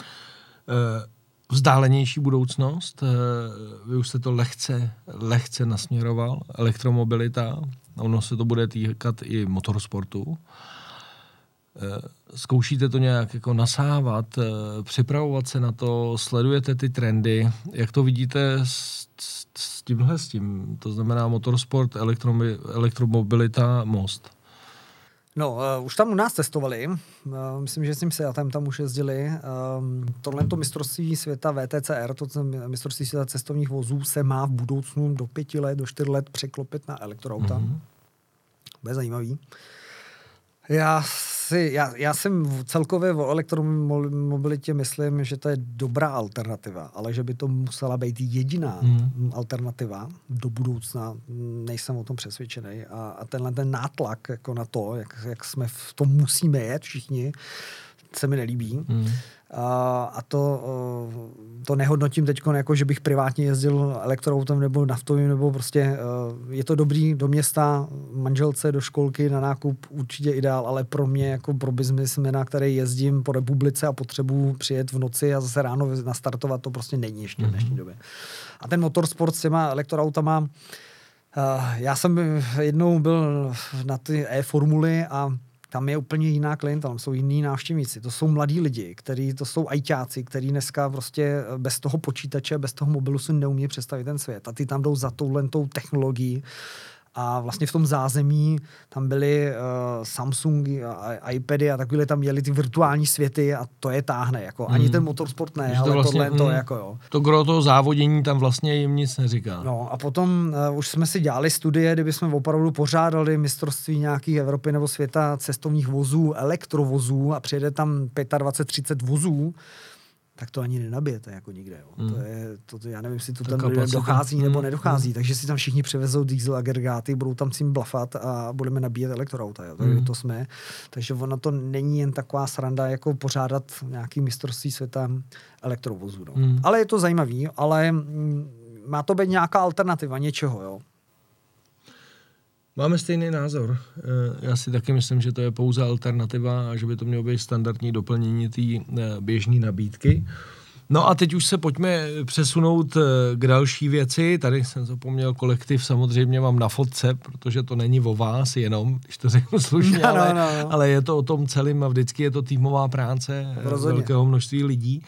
Vzdálenější budoucnost, vy už jste to lehce, lehce nasměroval, elektromobilita, ono se to bude týkat i motorsportu. Zkoušíte to nějak jako nasávat, připravovat se na to, sledujete ty trendy, jak to vidíte s, s, s tímhle s tím, to znamená motorsport, elektromobilita, most? No, uh, už tam u nás testovali, uh, myslím, že s tím Seatem tam už jezdili. Um, Tohleto mistrovství světa V T C R, to mistrovství světa cestovních vozů, se má v budoucnu do pěti let, do čtyř let překlopit na elektroauta. Mm-hmm. Bude zajímavý. Já, si, já, já jsem celkově o elektromobilitě myslím, že to je dobrá alternativa, ale že by to musela být jediná mm. alternativa do budoucna, nejsem o tom přesvědčený. A, a tenhle ten nátlak jako na to, jak, jak jsme v tom musíme jet všichni, se mi nelíbí. Mm. A, a to, to nehodnotím teď, jako, že bych privátně jezdil elektroautem nebo naftovým, nebo prostě je to dobrý do města, manželce, do školky, na nákup určitě ideál, ale pro mě jako pro biznismena, který jezdím po republice a potřebuji přijet v noci a zase ráno nastartovat, to prostě není ještě v dnešní době. A ten motorsport s těma elektroautama, já jsem jednou byl na ty e-formuly a tam je úplně jiná klientela, tam jsou jiní návštěvníci. To jsou mladí lidi, kteří to jsou ajťáci, kteří dneska prostě bez toho počítače, bez toho mobilu si neumí představit ten svět. A ty tam jdou za touhlentou technologií A vlastně v tom zázemí tam byly uh, Samsungy a iPady a takovýhle tam měly ty virtuální světy a to je táhne. Jako. Ani mm. ten motorsport ne, to ale vlastně, tohle to mm, jako jo. To gro toho závodění tam vlastně jim nic neříká. No a potom uh, už jsme si dělali studie, kdyby jsme opravdu pořádali mistrovství nějakých Evropy nebo světa cestovních vozů, elektrovozů a přijede tam dvacet pět třicet vozů, tak to ani nenabijete jako nikde. Jo. Mm. To je, to, to, já nevím, jestli to tam lidem dochází mm. nebo nedochází, mm. takže si tam všichni přivezou diesel agregáty, budou tam si blafat a budeme nabíjet elektroauta. Jo. Takže mm. to jsme. Takže ono to není jen taková sranda, jako pořádat nějaký mistrovství světa elektrovozů. No. Mm. Ale je to zajímavý, ale mm, má to být nějaká alternativa něčeho, jo. Máme stejný názor. Já si taky myslím, že to je pouze alternativa a že by to mělo být standardní doplnění té běžné nabídky. No a teď už se pojďme přesunout k další věci. Tady jsem zapomněl kolektiv, samozřejmě mám na fotce, protože to není o vás jenom, když to řeknu slušně, no, ale, no, no. ale je to o tom celém a vždycky je to týmová práce Rozhodně. velkého množství lidí.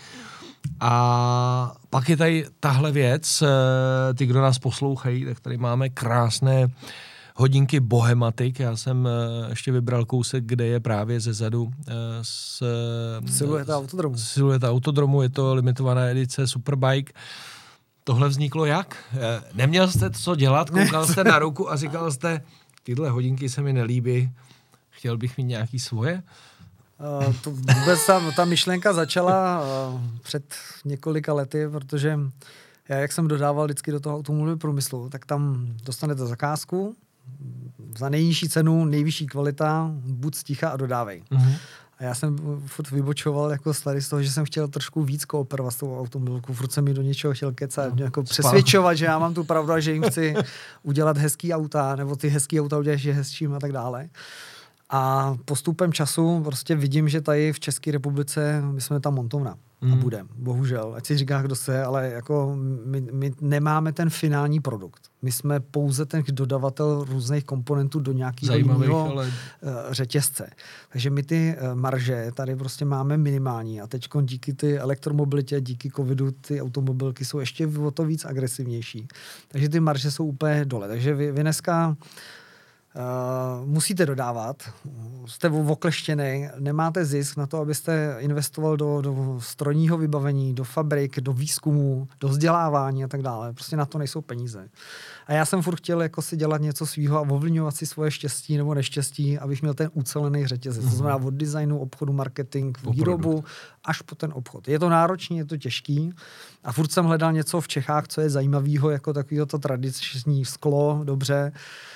A pak je tady tahle věc, ty, kdo nás poslouchají, tak tady máme krásné hodinky Bohematic. Já jsem uh, ještě vybral kousek, kde je právě zezadu uh, s Silueta Autodromu. Silueta Autodromu, je to limitovaná edice Superbike. Tohle vzniklo jak? Uh, neměl jste co dělat, koukal jste na ruku a říkal jste, tyhle hodinky se mi nelíbí, chtěl bych mít nějaký svoje? Uh, to vůbec ta, ta myšlenka začala uh, před několika lety, protože já, jak jsem dodával vždycky do toho automobilového průmyslu, tak tam dostanete zakázku, za nejnižší cenu, nejvyšší kvalita, buď sticha a dodávej. Mm-hmm. A já jsem furt vybočoval jako starý z toho, že jsem chtěl trošku víc kooperovat s tou automobilkou. Furt jsem mi do něčeho chtěl kecat, no, jako přesvědčovat, že já mám tu pravdu a že jim chci udělat hezký auta, nebo ty hezký auta udělat ještě hezčím a tak dále. A postupem času prostě vidím, že tady v České republice my jsme tam montovna. Mm. A budem, bohužel. Ať si říká, kdo se, ale jako my, my nemáme ten finální produkt. My jsme pouze ten dodavatel různých komponentů do nějakého jiného ale... řetězce. Takže my ty marže tady prostě máme minimální a teď díky ty elektromobilitě, díky covidu ty automobilky jsou ještě o to víc agresivnější. Takže ty marže jsou úplně dole. Takže vy, vy dneska Uh, musíte dodávat, jste okleštěný, nemáte zisk na to, abyste investoval do, do strojního vybavení, do fabrik, do výzkumu, do vzdělávání a tak dále. Prostě na to nejsou peníze. A já jsem furt chtěl jako si dělat něco svýho a ovlivňovat si svoje štěstí nebo neštěstí, abych měl ten ucelený řetězec. Mm-hmm. To znamená od designu, obchodu, marketing, výrobu, až po ten obchod. Je to náročný, je to těžký a furt jsem hledal něco v Čechách, co je zajímavého, jako takového to tradiční sklo, dobře.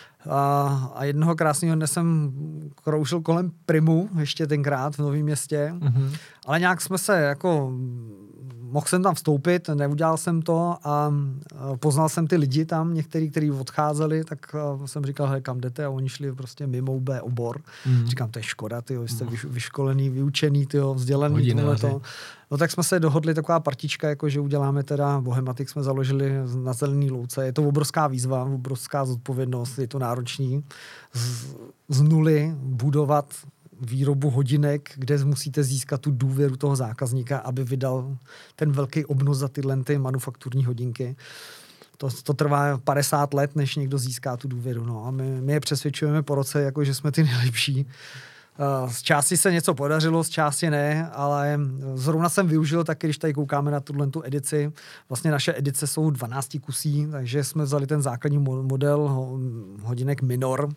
A, a jednoho krásného dne jsem kroužil kolem Primu, ještě tenkrát v Novém Městě, mm-hmm. ale nějak jsme se jako, mohl jsem tam vstoupit, neudělal jsem to a poznal jsem ty lidi tam, některý, kteří odcházeli, tak jsem říkal, hej, kam jdete? A oni šli prostě mimo B obor. Mm-hmm. Říkám, to je škoda, tyjo, jste mm-hmm. vyškolený, vyučený, tyjo, vzdělaný, tohleto. No tak jsme se dohodli, taková partička, jako že uděláme teda Bohematic, jsme založili na Zelený louce. Je to obrovská výzva, obrovská zodpovědnost, je to náročný. Z, z nuly budovat výrobu hodinek, kde musíte získat tu důvěru toho zákazníka, aby vydal ten velký obnos za tyhle ty manufakturní hodinky. To, to trvá padesát let, než někdo získá tu důvěru. No a my, my je přesvědčujeme po roce, jako že jsme ty nejlepší. Z části se něco podařilo, z části ne, ale zrovna jsem využil taky, když tady koukáme na tuhle tu edici. Vlastně naše edice jsou dvanáct kusí, takže jsme vzali ten základní model hodinek Minor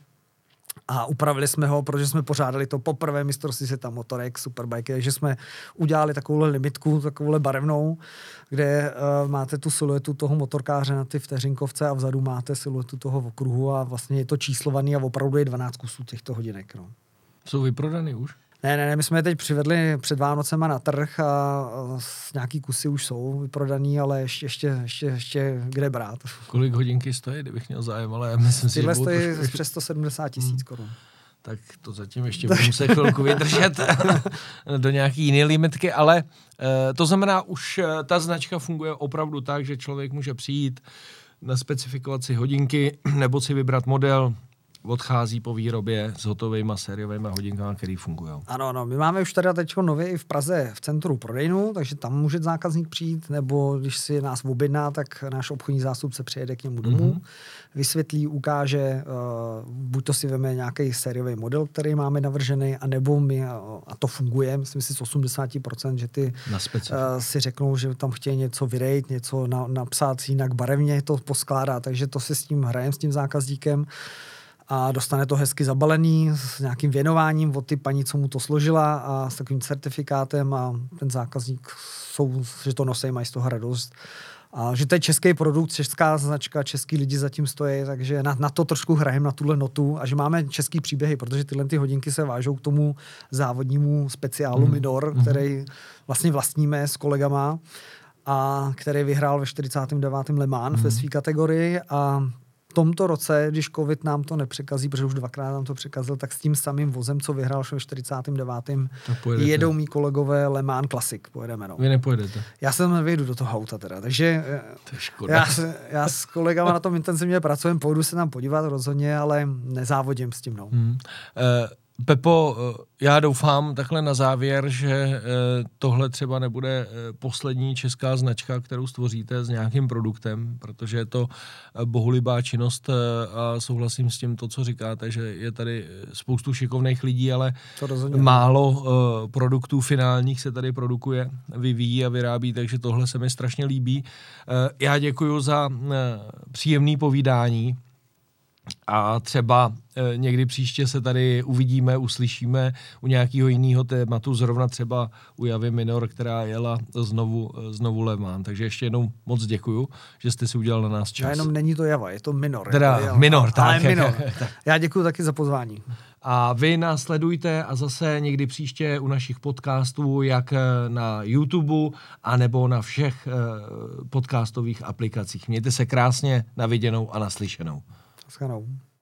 a upravili jsme ho, protože jsme pořádali to poprvé mistrovství světa motorek, Superbike, takže jsme udělali takovouhle limitku, takovouhle barevnou, kde uh, máte tu siluetu toho motorkáře na ty vteřinkovce a vzadu máte siluetu toho okruhu a vlastně je to číslovaný a opravdu je dvanáct kusů těchto hodinek. No. Jsou vyprodaný už? Ne, ne, ne, my jsme je teď přivedli před Vánocema na trh a, a nějaký kusy už jsou vyprodaný, ale ještě, ještě, ještě, ještě kde brát. Kolik hodinky stojí, kdybych měl zájem, ale já myslím si, tyhle stojí trošku... přes sto sedmdesát tisíc korun. Hmm. Tak to zatím ještě budu muset chvilku vydržet do nějaký jiné limitky, ale uh, to znamená, už uh, ta značka funguje opravdu tak, že člověk může přijít, naspecifikovat si hodinky nebo si vybrat model, odchází po výrobě s hotovými sériovými hodinkami, které fungují. Ano, ano, my máme už teda teď nově i v Praze v centru prodejnu, takže tam může zákazník přijít, nebo když si nás objedná, tak náš obchodní zástupce přijede k němu domů, mm-hmm. vysvětlí, ukáže, uh, buď to si veme nějaký sériový model, který máme navržený, anebo my, uh, a to funguje, myslím si z osmdesát procent, že ty uh, si řeknou, že tam chtějí něco vyrejt, něco na, napsat jinak barevně, to poskládá, takže to si s tím hrajeme, s tím zákazníkem. A dostane to hezky zabalený s nějakým věnováním od ty paní, co mu to složila a s takovým certifikátem a ten zákazník jsou, že to nosí, mají z toho radost. A že to je český produkt, česká značka, český lidi zatím stojí, takže na, na to trošku hrajeme, na tuhle notu a že máme český příběhy, protože tyhle ty hodinky se vážou k tomu závodnímu speciálu mm. Minor, mm. který vlastně vlastníme s kolegama a který vyhrál ve čtyřicátém devátém Le Mans mm. ve své kategorii a v tomto roce, když covid nám to nepřekazí, protože už dvakrát nám to překazil, tak s tím samým vozem, co vyhrál ve čtyřicátém devátém jedou mý kolegové Le Mans Classic. Pojedeme, no. Vy nepojedete. Já jsem nevyjdu do toho auta teda, takže já, já s kolegama na tom intenzivně pracujeme, pojdu se tam podívat rozhodně, ale nezávodím s tím, no. Hmm. Uh, Pepo, já doufám takhle na závěr, že tohle třeba nebude poslední česká značka, kterou stvoříte s nějakým produktem, protože je to bohulibá činnost a souhlasím s tím to, co říkáte, že je tady spoustu šikovných lidí, ale málo produktů finálních se tady produkuje, vyvíjí a vyrábí, takže tohle se mi strašně líbí. Já děkuju za příjemné povídání. A třeba e, někdy příště se tady uvidíme, uslyšíme u nějakého jiného tématu, zrovna třeba u Javy Minor, která jela znovu, znovu Le Mans. Takže ještě jednou moc děkuju, že jste si udělal na nás čas. Já jenom není to Java, je to Minor. Teda je to Minor, tak. Ale Minor. Já děkuju taky za pozvání. A vy nás sledujte a zase někdy příště u našich podcastů, jak na YouTube, anebo na všech podcastových aplikacích. Mějte se krásně, na viděnou a naslyšenou. Schanou.